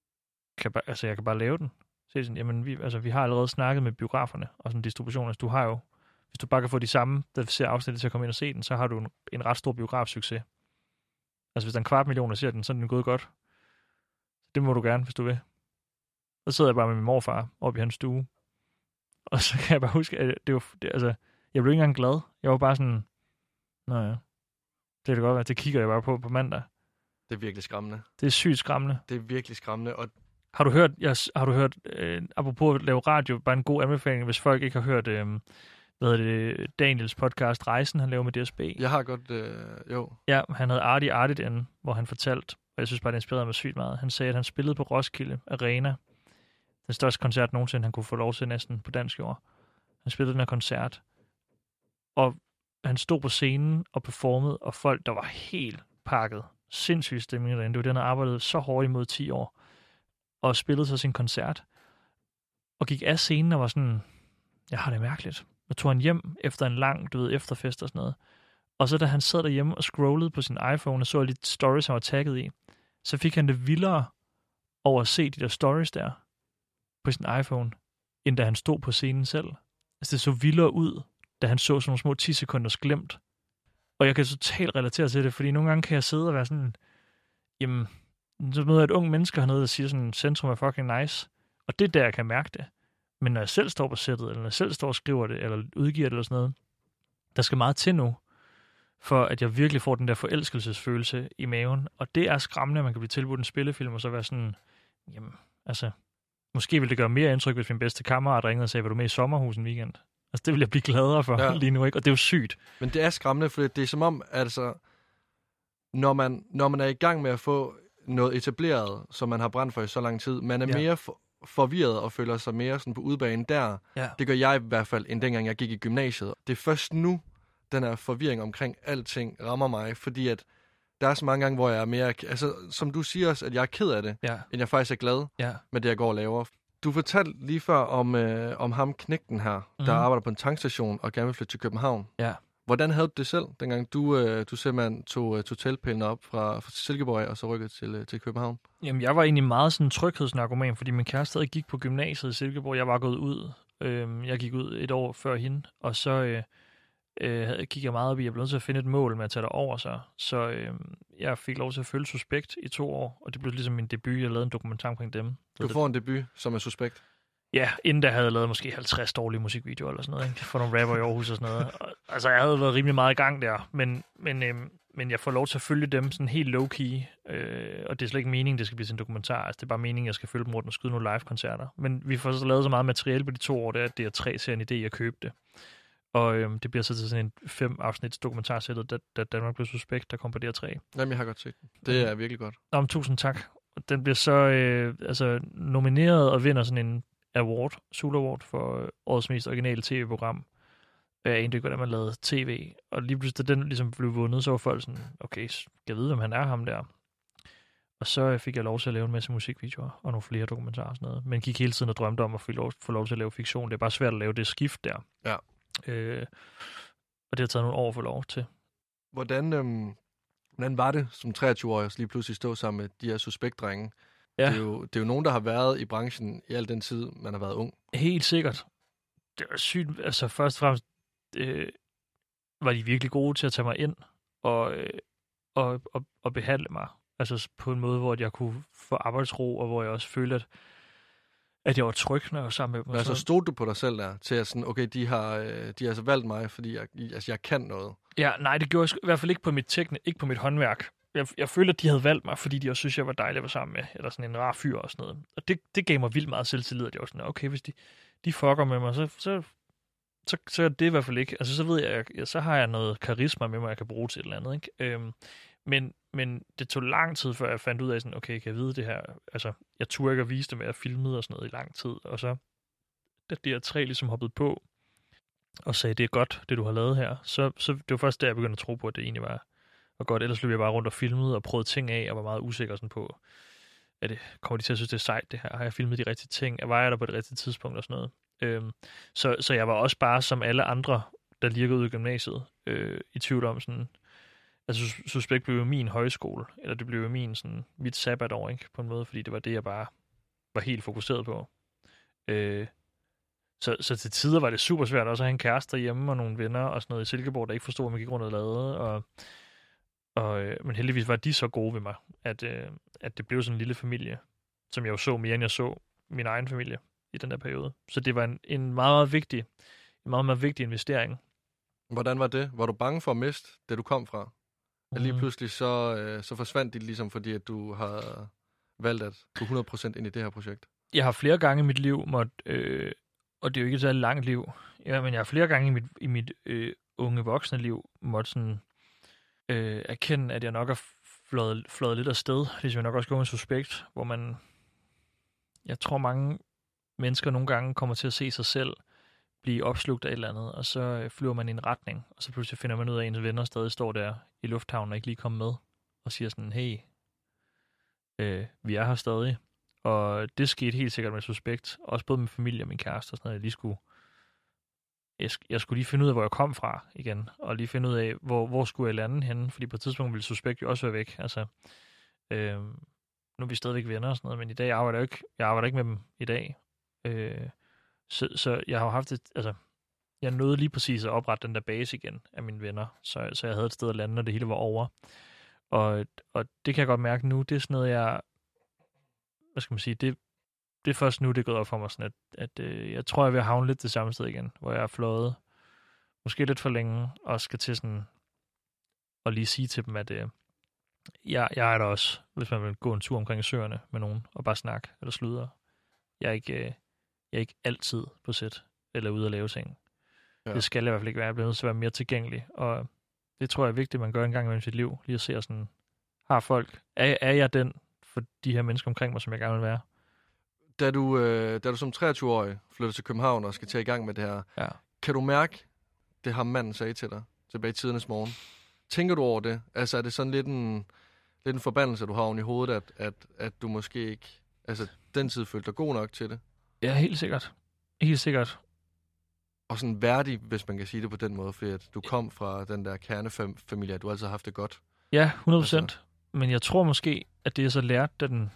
jeg kan bare lave den. Så jeg sådan, jamen, vi har allerede snakket med biograferne og sådan distribution. Altså, du har jo, hvis du bare kan få de samme, der ser afsnittet til at komme ind og se den, så har du en ret stor biografsucces. Altså, hvis der er 250.000, der ser den, så er den gået godt. Det må du gerne, hvis du vil. Så sidder jeg bare med min morfar oppe i hans stue. Og så kan jeg bare huske, at jeg blev ikke engang glad. Jeg var bare sådan, nå ja, det kan det godt være. Det kigger jeg bare på mandag.
Det er virkelig skræmmende.
Det er sygt skræmmende.
Det er virkelig skræmmende. Og...
Har du hørt apropos at lave radio, bare en god anbefaling, hvis folk ikke har hørt, Daniels podcast Rejsen, han laver med DSB.
Jeg har godt, jo.
Ja, han havde Artie inde, hvor han fortalte, og jeg synes bare, det inspirerede mig sygt meget. Han sagde, at han spillede på Roskilde Arena. Den største koncert nogensinde, han kunne få lov til næsten på dansk jord. Han spillede den her koncert, og han stod på scenen og performede, og folk, der var helt pakket. Sindssyg stemning derinde. Det var den, der arbejdede så hårdt imod 10 år, og spillede så sin koncert, og gik af scenen og var sådan, jeg har det mærkeligt. Og tog han hjem efter en lang, efterfest og sådan noget. Og så da han sad derhjemme og scrollede på sin iPhone og så alle de stories, han var tagget i, så fik han det vildere over at se de der stories der på sin iPhone, end da han stod på scenen selv. Altså det så vildere ud, da han så sådan nogle små 10 sekunders glemt. Og jeg kan totalt relatere til det, fordi nogle gange kan jeg sidde og være sådan, jamen, så møder jeg et ung menneske hernede, der siger sådan, centrum er fucking nice. Og det er der, jeg kan mærke det. Men når jeg selv står på sættet, eller når jeg selv står og skriver det, eller udgiver det eller sådan noget, der skal meget til nu, for at jeg virkelig får den der forelskelsesfølelse i maven. Og det er skræmmende, at man kan blive tilbudt en spillefilm, og så være sådan, jamen, altså, måske ville det gøre mere indtryk, hvis min bedste kammerat ringede og sagde, var du med i Sommerhus en weekend? Altså, det vil jeg blive gladere for lige nu, ikke? Og det er jo sygt.
Men det er skræmmende, for det er som om, altså, når man er i gang med at få noget etableret, som man har brændt for i så lang tid, man er mere forvirret og føler sig mere sådan på udbanen der. Ja. Det gør jeg i hvert fald, end dengang jeg gik i gymnasiet. Det er først nu, den her forvirring omkring alting rammer mig, fordi at der er så mange gange, hvor jeg er mere, altså som du siger også, at jeg er ked af det, end jeg faktisk er glad med det, jeg går og laver. Du fortalte lige før om ham knægten her, der arbejder på en tankstation og gerne vil flytte til København. Ja. Hvordan havde du det selv, dengang du simpelthen tog teltpælene op fra Silkeborg og så rykkede til København?
Jamen, jeg var egentlig meget sådan en tryghedsnarkoman, fordi min kæreste stadig gik på gymnasiet i Silkeborg. Jeg var gået ud. Jeg gik ud et år før hende, og så gik jeg meget op i, at jeg blev nødt til at finde et mål med at tage det over sig. Så jeg fik lov til at følge Suspekt i 2 år, og det blev ligesom min debut. Jeg lavede en dokumentar omkring dem.
Du får en debut, som er Suspekt?
Ja, inden da havde jeg lavet måske 50 dårlige musikvideoer eller sådan noget, ikke? For nogle rapper i Aarhus og sådan noget. Altså, jeg havde været rimelig meget i gang der, men jeg får lov til at følge dem sådan helt low-key, og det er slet ikke meningen, det skal blive sådan en dokumentar. Altså, det er bare meningen, jeg skal følge dem rundt og skyde nogle live-koncerter. Men vi får så lavet så meget materiale på de 2 år, det er, at DR3 ser en idé at købe det. Og det bliver så til sådan en 5-afsnits dokumentarsættet, da Danmark blev Suspekt, der kom på DR3.
Jamen, jeg har godt set den. Det er virkelig godt.
Tusind tak. Den bliver så nomineret og vinder sådan en award, Zulu Award for årets mest originale tv-program. Jeg anede ikke, hvordan man lavede tv. Og lige pludselig, da den ligesom blev vundet, så var folk sådan, okay, skal jeg vide, om han er ham der? Og så fik jeg lov til at lave en masse musikvideoer og nogle flere dokumentarer og sådan noget. Men gik hele tiden og drømte om at få lov til at lave fiktion. Det er bare svært at lave det skift der. Ja. Og det har taget nogle år at få lov til.
Hvordan var det som 23-årig lige pludselig stå sammen med de her Suspekt-drenge? Ja. Det er jo nogen, der har været i branchen i al den tid, man har været ung.
Helt sikkert. Det var sygt. Altså først og fremmest var de virkelig gode til at tage mig ind og behandle mig. Altså på en måde, hvor jeg kunne få arbejdsro, og hvor jeg også følte, at jeg var tryg, når jeg var sammen med dem.
Altså stod du på dig selv der, til at sådan, okay, de har altså valgt mig, fordi jeg kan noget?
Ja, nej, det gjorde jeg i hvert fald ikke på mit ikke på mit håndværk. Jeg følte, at de havde valgt mig, fordi de også synes, jeg var dejlig at være sammen med, eller sådan en rar fyr og sådan noget. Og det gav mig vildt meget selvtillid, at jeg var sådan, okay, hvis de fucker med mig, så er det i hvert fald ikke. Altså, så ved jeg, så har jeg noget karisma med mig, jeg kan bruge til et eller andet, ikke? Men det tog lang tid, før jeg fandt ud af sådan, okay, kan jeg vide det her? Altså, jeg turde ikke at vise det med, at jeg filmede og sådan noget i lang tid. Og så, da DR3 ligesom hoppede på og sagde, det er godt, det du har lavet her, så det var først der, jeg begyndte at tro på, at det egentlig var godt. Ellers løb jeg bare rundt og filmede og prøvede ting af, og var meget usikker sådan på, kommer de til at synes, det er sejt det her? Har jeg filmet de rigtige ting? Var jeg der på det rigtige tidspunkt og sådan noget? Så jeg var også bare som alle andre, der lige gik ud i gymnasiet, i tvivl om sådan, altså Suspekt blev jo min højskole, eller det blev jo mit sabbatår, ikke? På en måde, fordi det var det, jeg bare var helt fokuseret på. Så til tider var det super svært også at have en kæreste derhjemme og nogle venner og sådan noget i Silkeborg, der ikke forstod, hvad man gik rundt og lavede, men heldigvis var de så gode ved mig, at det blev sådan en lille familie, som jeg jo så mere, end jeg så min egen familie i den der periode. Så det var en meget, meget vigtig investering.
Hvordan var det? Var du bange for at miste det, du kom fra? At lige pludselig så forsvandt det ligesom, fordi at du har valgt at gå 100% ind i det her projekt?
Jeg har flere gange i mit liv og det er jo ikke et så langt liv, men jeg har flere gange i mit unge voksne liv måtte sådan erkende, at jeg nok har fløjet lidt afsted, ligesom jeg nok også går med Suspekt, hvor jeg tror mange mennesker nogle gange kommer til at se sig selv blive opslugt af et eller andet, og så flyver man i en retning, og så pludselig finder man ud af, at ens venner stadig står der i lufthavnen og ikke lige kommer med, og siger sådan, hey, vi er her stadig. Og det skete helt sikkert med Suspekt, også både med familie og min kæreste og sådan noget. Jeg skulle lige finde ud af, hvor jeg kom fra igen, og lige finde ud af, hvor skulle jeg lande henne, fordi på et tidspunkt ville Suspekt jo også være væk. Altså, nu er vi stadigvæk venner og sådan noget, men i dag jeg arbejder ikke med dem i dag. Så jeg har haft jeg nåede lige præcis at oprette den der base igen af mine venner, så jeg havde et sted at lande, når det hele var over. Og det kan jeg godt mærke nu, det er sådan noget, hvad skal man sige, det er først nu, det er gået op for mig, sådan at jeg tror, jeg vil havne lidt det samme sted igen, hvor jeg er fløjet måske lidt for længe, og skal til sådan at lige sige til dem, at jeg er der også, hvis man vil gå en tur omkring søerne med nogen, og bare snakke eller sludre. Jeg er ikke altid på sæt, eller ude at lave ting. Ja. Det skal jeg i hvert fald ikke være. Jeg bliver nødt til at være mere tilgængelig, og det tror jeg er vigtigt, at man gør en gang imellem sit liv, lige at se sådan, har folk, er jeg den for de her mennesker omkring mig, som jeg gerne vil være?
Da du som 23-årig flytter til København og skal tage i gang med det her, kan du mærke, det har manden sagde til dig tilbage i tidernes morgen? Tænker du over det? Altså er det sådan lidt en forbandelse, du har oven i hovedet, at du måske ikke, altså den tid følte dig god nok til det?
Ja, helt sikkert. Helt sikkert.
Og sådan værdig, hvis man kan sige det på den måde, fordi at du kom fra den der kernefamilie, at du altid har haft det godt.
Ja, 100%. Altså. Men jeg tror måske, at det jeg så lærte, da den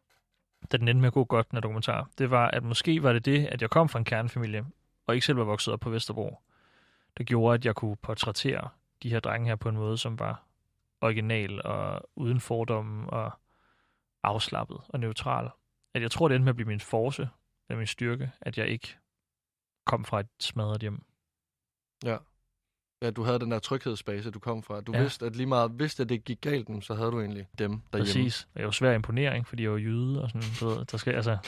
endte med at gå godt, den her dokumentar, det var, at måske var det, at jeg kom fra en kernefamilie, og ikke selv var vokset op på Vesterbro, der gjorde, at jeg kunne portrættere de her drenge her på en måde, som var original og uden fordomme og afslappet og neutral. At jeg tror, det endte med at blive min force, eller min styrke, at jeg ikke kom fra et smadret hjem.
Ja. Ja, du havde den der tryghedsbase, du kom fra. Du vidste, at lige meget, hvis det gik galt, så havde du egentlig dem derhjemme.
Præcis. Jeg var svær imponering, fordi jeg var jyde og sådan noget. Der skal, altså,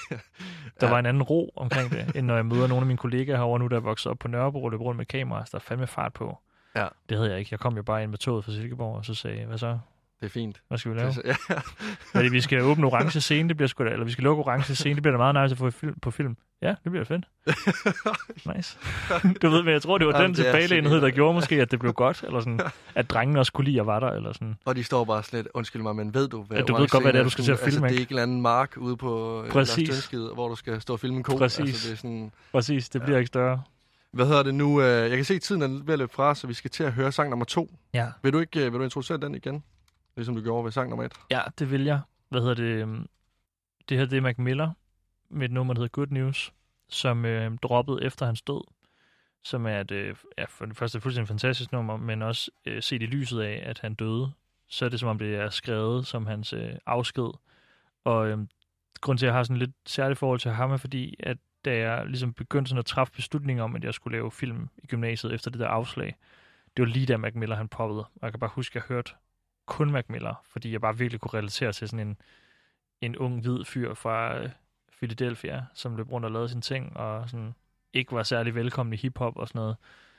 der var en anden ro omkring det, end når jeg møder nogle af mine kollegaer herovre nu, der er vokset op på Nørrebro og løb rundt med kameraer. Der er fandme fart på. Ja. Det havde jeg ikke. Jeg kom jo bare ind med toget fra Silkeborg, og så sagde hvad så?
Det er fint.
Hvad skal vi lave? Fordi vi skal åbne orange scene, det bliver sgu da, eller vi skal lukke orange scene, det bliver da meget nice at få på film. Ja, det bliver fedt. Nice. Du ved, men jeg tror, det var den tilbagelændighed, der gjorde måske, at det blev godt, eller sådan, at drengene også kunne lide, at jeg var der, eller sådan.
Og de står bare slet, undskyld mig, men ved du, hvad
du ved godt, hvad det er, du skal til at filme,
altså, det er ikke en eller anden mark ude på Lars, hvor du skal stå og filme en ko.
Præcis.
Altså, det er sådan,
præcis, det bliver ikke større.
Hvad hedder det nu? Jeg kan se, at tiden er ved at løbe fra, så vi skal til at høre sang nummer 2.
Ja.
Vil du introducere den igen? Ligesom du gjorde ved sang nummer 1.
Ja, det vil jeg. Hvad hedder det? Det her, det er Mac Miller med et nummer, der hedder Good News, som droppede efter hans død, som er for det første fuldstændig fantastisk nummer, men også set i lyset af, at han døde, så er det som om det er skrevet som hans afsked. Og grund til, at jeg har sådan lidt særligt forhold til ham, er fordi, at da jeg ligesom begyndte sådan at træffe beslutninger om, at jeg skulle lave film i gymnasiet efter det der afslag, det var lige da Mac Miller han poppede. Og jeg kan bare huske, at jeg hørte kun Mac Miller, fordi jeg bare virkelig kunne relatere til sådan en ung, hvid fyr fra Philadelphia, som løb rundt og lavede sine ting, og sådan ikke var særlig velkommen i hiphop og sådan noget.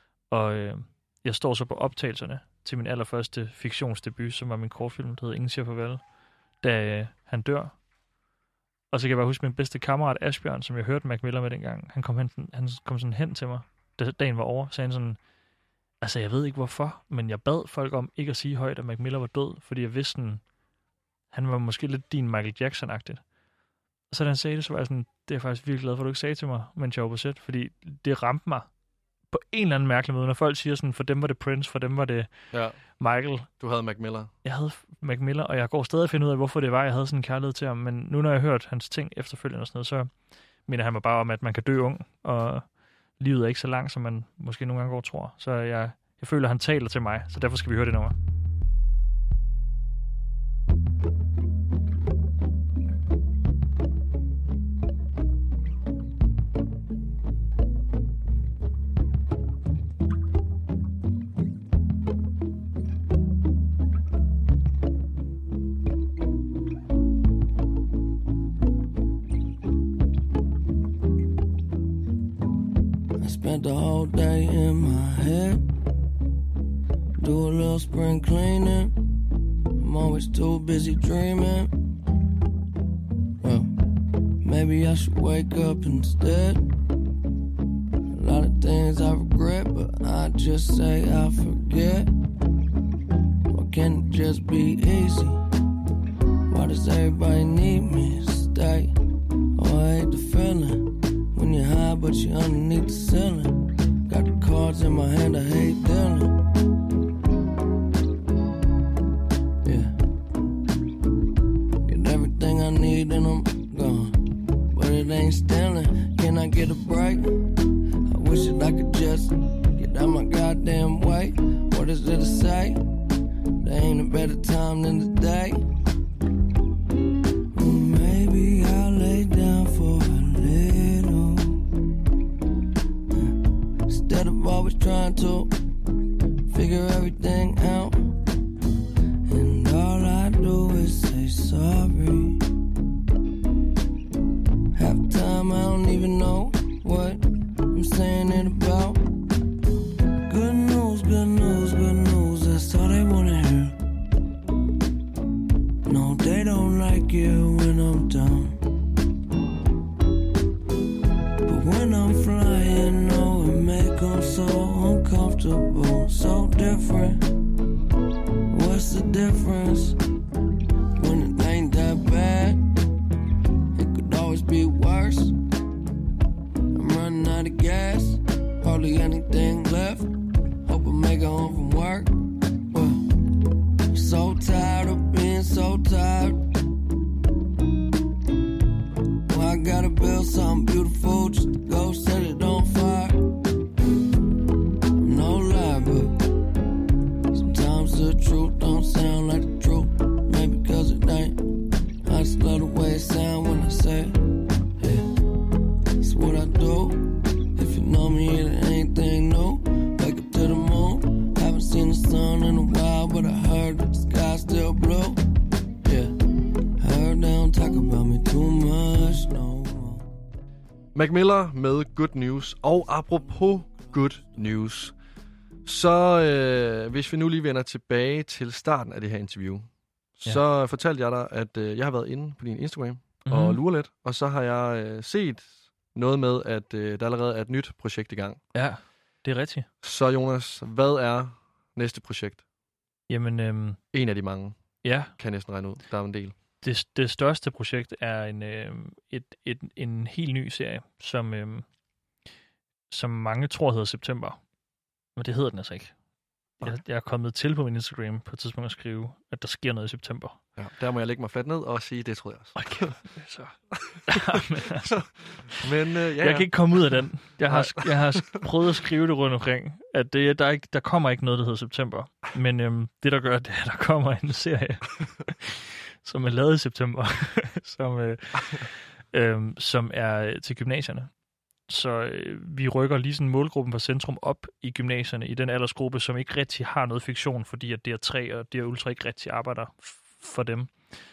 Og jeg står så på optagelserne til min allerførste fiktionsdebut, som var min kortfilm, der hed Ingen siger farvel, da han dør. Og så kan jeg bare huske min bedste kammerat, Asbjørn, som jeg hørte Mac Miller med dengang. Han kom sådan hen til mig, da dagen var over, sagde han sådan, altså jeg ved ikke hvorfor, men jeg bad folk om ikke at sige højt, at Mac Miller var død, fordi jeg vidste sådan, han var måske lidt din Michael Jackson-agtigt. Og så da han sagde det, så var jeg sådan, det er jeg faktisk virkelig glad for, at du ikke sagde til mig, mens jeg var på sæt, fordi det ramte mig på en eller anden mærkelig måde, når folk siger sådan, for dem var det Prince, for dem var det Michael.
Du havde Mac Miller. Jeg
havde Mac Miller, og jeg går stadig at finde ud af, hvorfor det var, jeg havde sådan en kærlighed til ham, men nu når jeg har hørt hans ting efterfølgende og sådan noget, så mener han mig bare om, at man kan dø ung, og livet er ikke så langt, som man måske nogle gange går tror. Så jeg føler, at han taler til mig, så derfor skal vi høre det nummer.
Spent the whole day in my head. Do a little spring cleaning. I'm always too busy dreaming. Well, maybe I should wake up instead. A lot of things I regret, but I just say I forget. Why can't it just be easy? Why does everybody need me to stay? Oh, I hate the feeling when you're high, but you're underneath the ceiling. Got the cards in my hand, I hate dealing. Yeah. Get everything I need and I'm gone. But it ain't stealing. Can I get a break? I wish that I could just get out my goddamn way. What is there to say? There ain't a better time than today. Maybe I'll lay down trying to figure everything out, and all I do is say sorry. Half the time I don't even know what I'm saying it about. Good news, good news, good news, that's all they wanna hear. No, they don't like it when I'm down, but when I'm flying, oh, it make them so uncomfortable, so different. What's the difference? When it ain't that bad, it could always be worse. I'm running out of gas, hardly anything left. Hope I make it home from work. I'm so tired of being so tired. Well, I gotta build something beautiful just to go set it on fire. No lie, but sometimes the truth don't sound like the truth. Maybe because it ain't. I just love the way it sound when I say it. Yeah, it's what I do. If you know me, it ain't anything new. Wake up to the moon. Haven't seen the sun in a while, but I heard that the sky's still blue. Yeah, I heard they don't talk about me too much, no.
Mac Miller med Good News. Og apropos Good News, så hvis vi nu lige vender tilbage til starten af det her interview, så fortalte jeg dig, at jeg har været inde på din Instagram og lurer lidt, og så har jeg set noget med, at der allerede er et nyt projekt i gang.
Ja, det er rigtigt.
Så Jonas, hvad er næste projekt?
Jamen,
en af de mange.
Ja.
Kan jeg næsten regne ud. Der er en del.
Det største projekt er en helt ny serie, som mange tror hedder September. Men det hedder den altså ikke. Jeg er kommet til på min Instagram på et tidspunkt at skrive, at der sker noget i september.
Ja, der må jeg lægge mig fladt ned og sige, det troede jeg også.
Okay, så.
Ja.
Jeg kan ikke komme ud af den. Jeg har prøvet at skrive det rundt omkring, at der kommer ikke noget, der hedder september. Men det, der gør, det er, at der kommer en serie, som er lavet i september, som er til gymnasierne. Så vi rykker lige sådan målgruppen fra Centrum op i gymnasierne, i den aldersgruppe, som ikke rigtig har noget fiktion, fordi at DR3 og DR Ultra ikke rigtig arbejder for dem.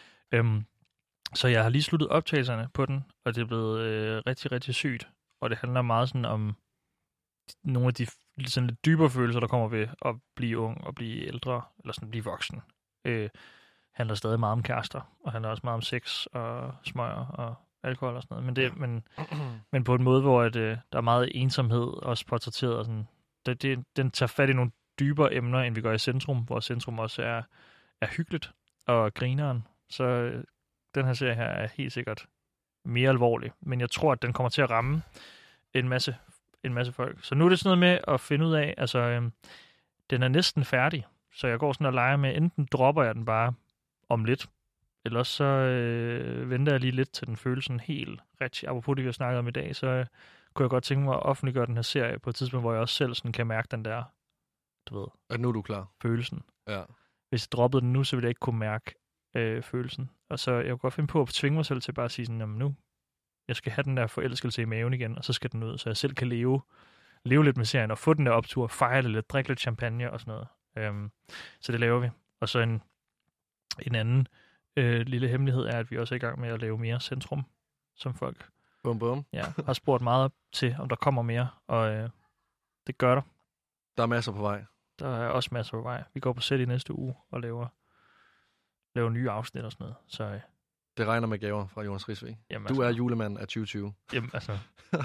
Så jeg har lige sluttet optagelserne på den, og det er blevet rigtig, rigtig sygt. Og det handler meget sådan om nogle af de sådan lidt dybere følelser, der kommer ved at blive ung og blive ældre, eller sådan blive voksen. Handler stadig meget om kærester, og handler også meget om sex og smøger og alkohol og sådan noget. Men på en måde, hvor der er meget ensomhed også portrætteret. Og sådan. Den tager fat i nogle dybere emner, end vi gør i Centrum, hvor Centrum også er hyggeligt og grineren. Så den her serie her er helt sikkert mere alvorlig. Men jeg tror, at den kommer til at ramme en masse folk. Så nu er det sådan noget med at finde ud af, altså den er næsten færdig. Så jeg går sådan og leger med, enten dropper jeg den bare om lidt, eller så venter jeg lige lidt til den føles sådan helt rigtig. Apropos det, vi har snakket om i dag, så kunne jeg godt tænke mig at offentliggøre den her serie på et tidspunkt, hvor jeg også selv sådan kan mærke den der, du ved...
At nu er du klar.
Følelsen.
Ja.
Hvis jeg droppede den nu, så ville jeg ikke kunne mærke følelsen. Og så jeg kunne godt finde på at tvinge mig selv til bare at sige sådan, jamen nu, jeg skal have den der forelskelse i maven igen, og så skal den ud, så jeg selv kan leve lidt med serien, og få den der optur, fejre det lidt, drikke lidt champagne og sådan noget. Så det laver vi. Og så en anden lille hemmelighed er, at vi også er i gang med at lave mere Centrum, som folk har spurgt meget til, om der kommer mere, og det gør der.
Der er masser på vej.
Der er også masser på vej. Vi går på sæt i næste uge og laver nye afsnit og sådan noget. Så,
det regner med gaver fra Jonas Risvig.
Jamen,
du er julemanden af 2020.
Jamen altså...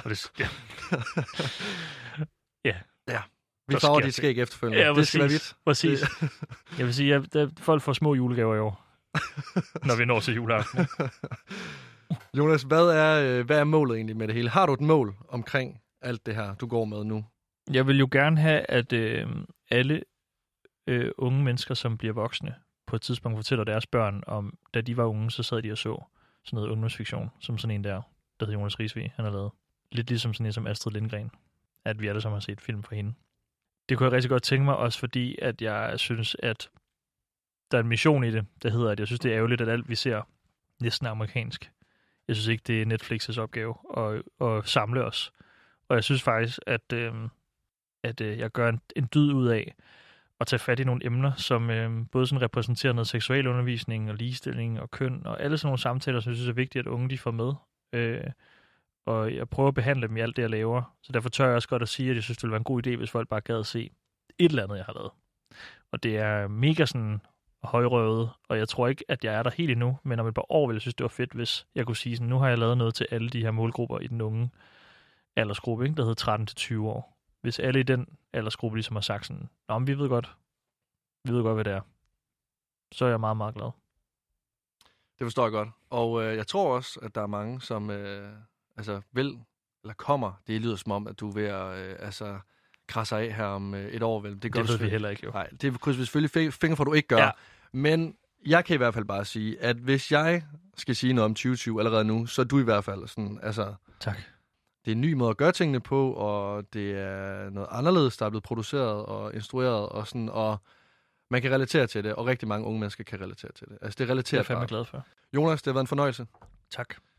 Ja. Vi farver dit skæg efterfølgende.
Ja,
det skal være vidt.
Præcis. Jeg vil sige, at folk får små julegaver i år, når vi når til juleaften.
Jonas, hvad er målet egentlig med det hele? Har du et mål omkring alt det her, du går med nu?
Jeg vil jo gerne have, at alle unge mennesker, som bliver voksne, på et tidspunkt fortæller deres børn om, da de var unge, så sad de og så sådan noget ungdomsfiktion, som sådan en der hedder Jonas Risvig, han har lavet. Lidt ligesom sådan en som Astrid Lindgren, at vi alle sammen har set film fra hende. Det kunne jeg rigtig godt tænke mig, også fordi, at jeg synes, at der er en mission i det, der hedder, at jeg synes, det er ærgerligt, at alt vi ser næsten amerikansk. Jeg synes ikke, det er Netflix's opgave at samle os. Og jeg synes faktisk, at at jeg gør en dyd ud af at tage fat i nogle emner, som både sådan repræsenterer noget seksualundervisning og ligestilling og køn og alle sådan nogle samtaler, som jeg synes er vigtigt, at unge de får med. Og jeg prøver at behandle dem i alt det, jeg laver. Så derfor tør jeg også godt at sige, at jeg synes, det ville være en god idé, hvis folk bare gad at se et eller andet, jeg har lavet. Og det er mega sådan højrøvet, og jeg tror ikke, at jeg er der helt endnu, men om et par år ville jeg synes, det var fedt, hvis jeg kunne sige sådan, nu har jeg lavet noget til alle de her målgrupper i den unge aldersgruppe, ikke? Der hedder 13-20 år. Hvis alle i den aldersgruppe ligesom har sagt sådan, nå, men vi ved godt, hvad det er, så er jeg meget, meget glad.
Det forstår jeg godt. Og jeg tror også, at der er mange, som vil eller kommer. Det lyder som om, at du er ved at krasse af her om et år. Vel?
Det ved vi heller ikke, jo.
Nej, det kunne vi selvfølgelig fingre for, at du ikke gør. Ja. Men jeg kan i hvert fald bare sige, at hvis jeg skal sige noget om 2020 allerede nu, så er du i hvert fald sådan,
Tak.
Det er en ny måde at gøre tingene på, og det er noget anderledes, der er blevet produceret og instrueret, og sådan, og man kan relatere til det, og rigtig mange unge mennesker kan relatere til det. Altså, det relaterer.
Jeg er fandme glad for.
Jonas, det har været en fornøjelse.
Tak.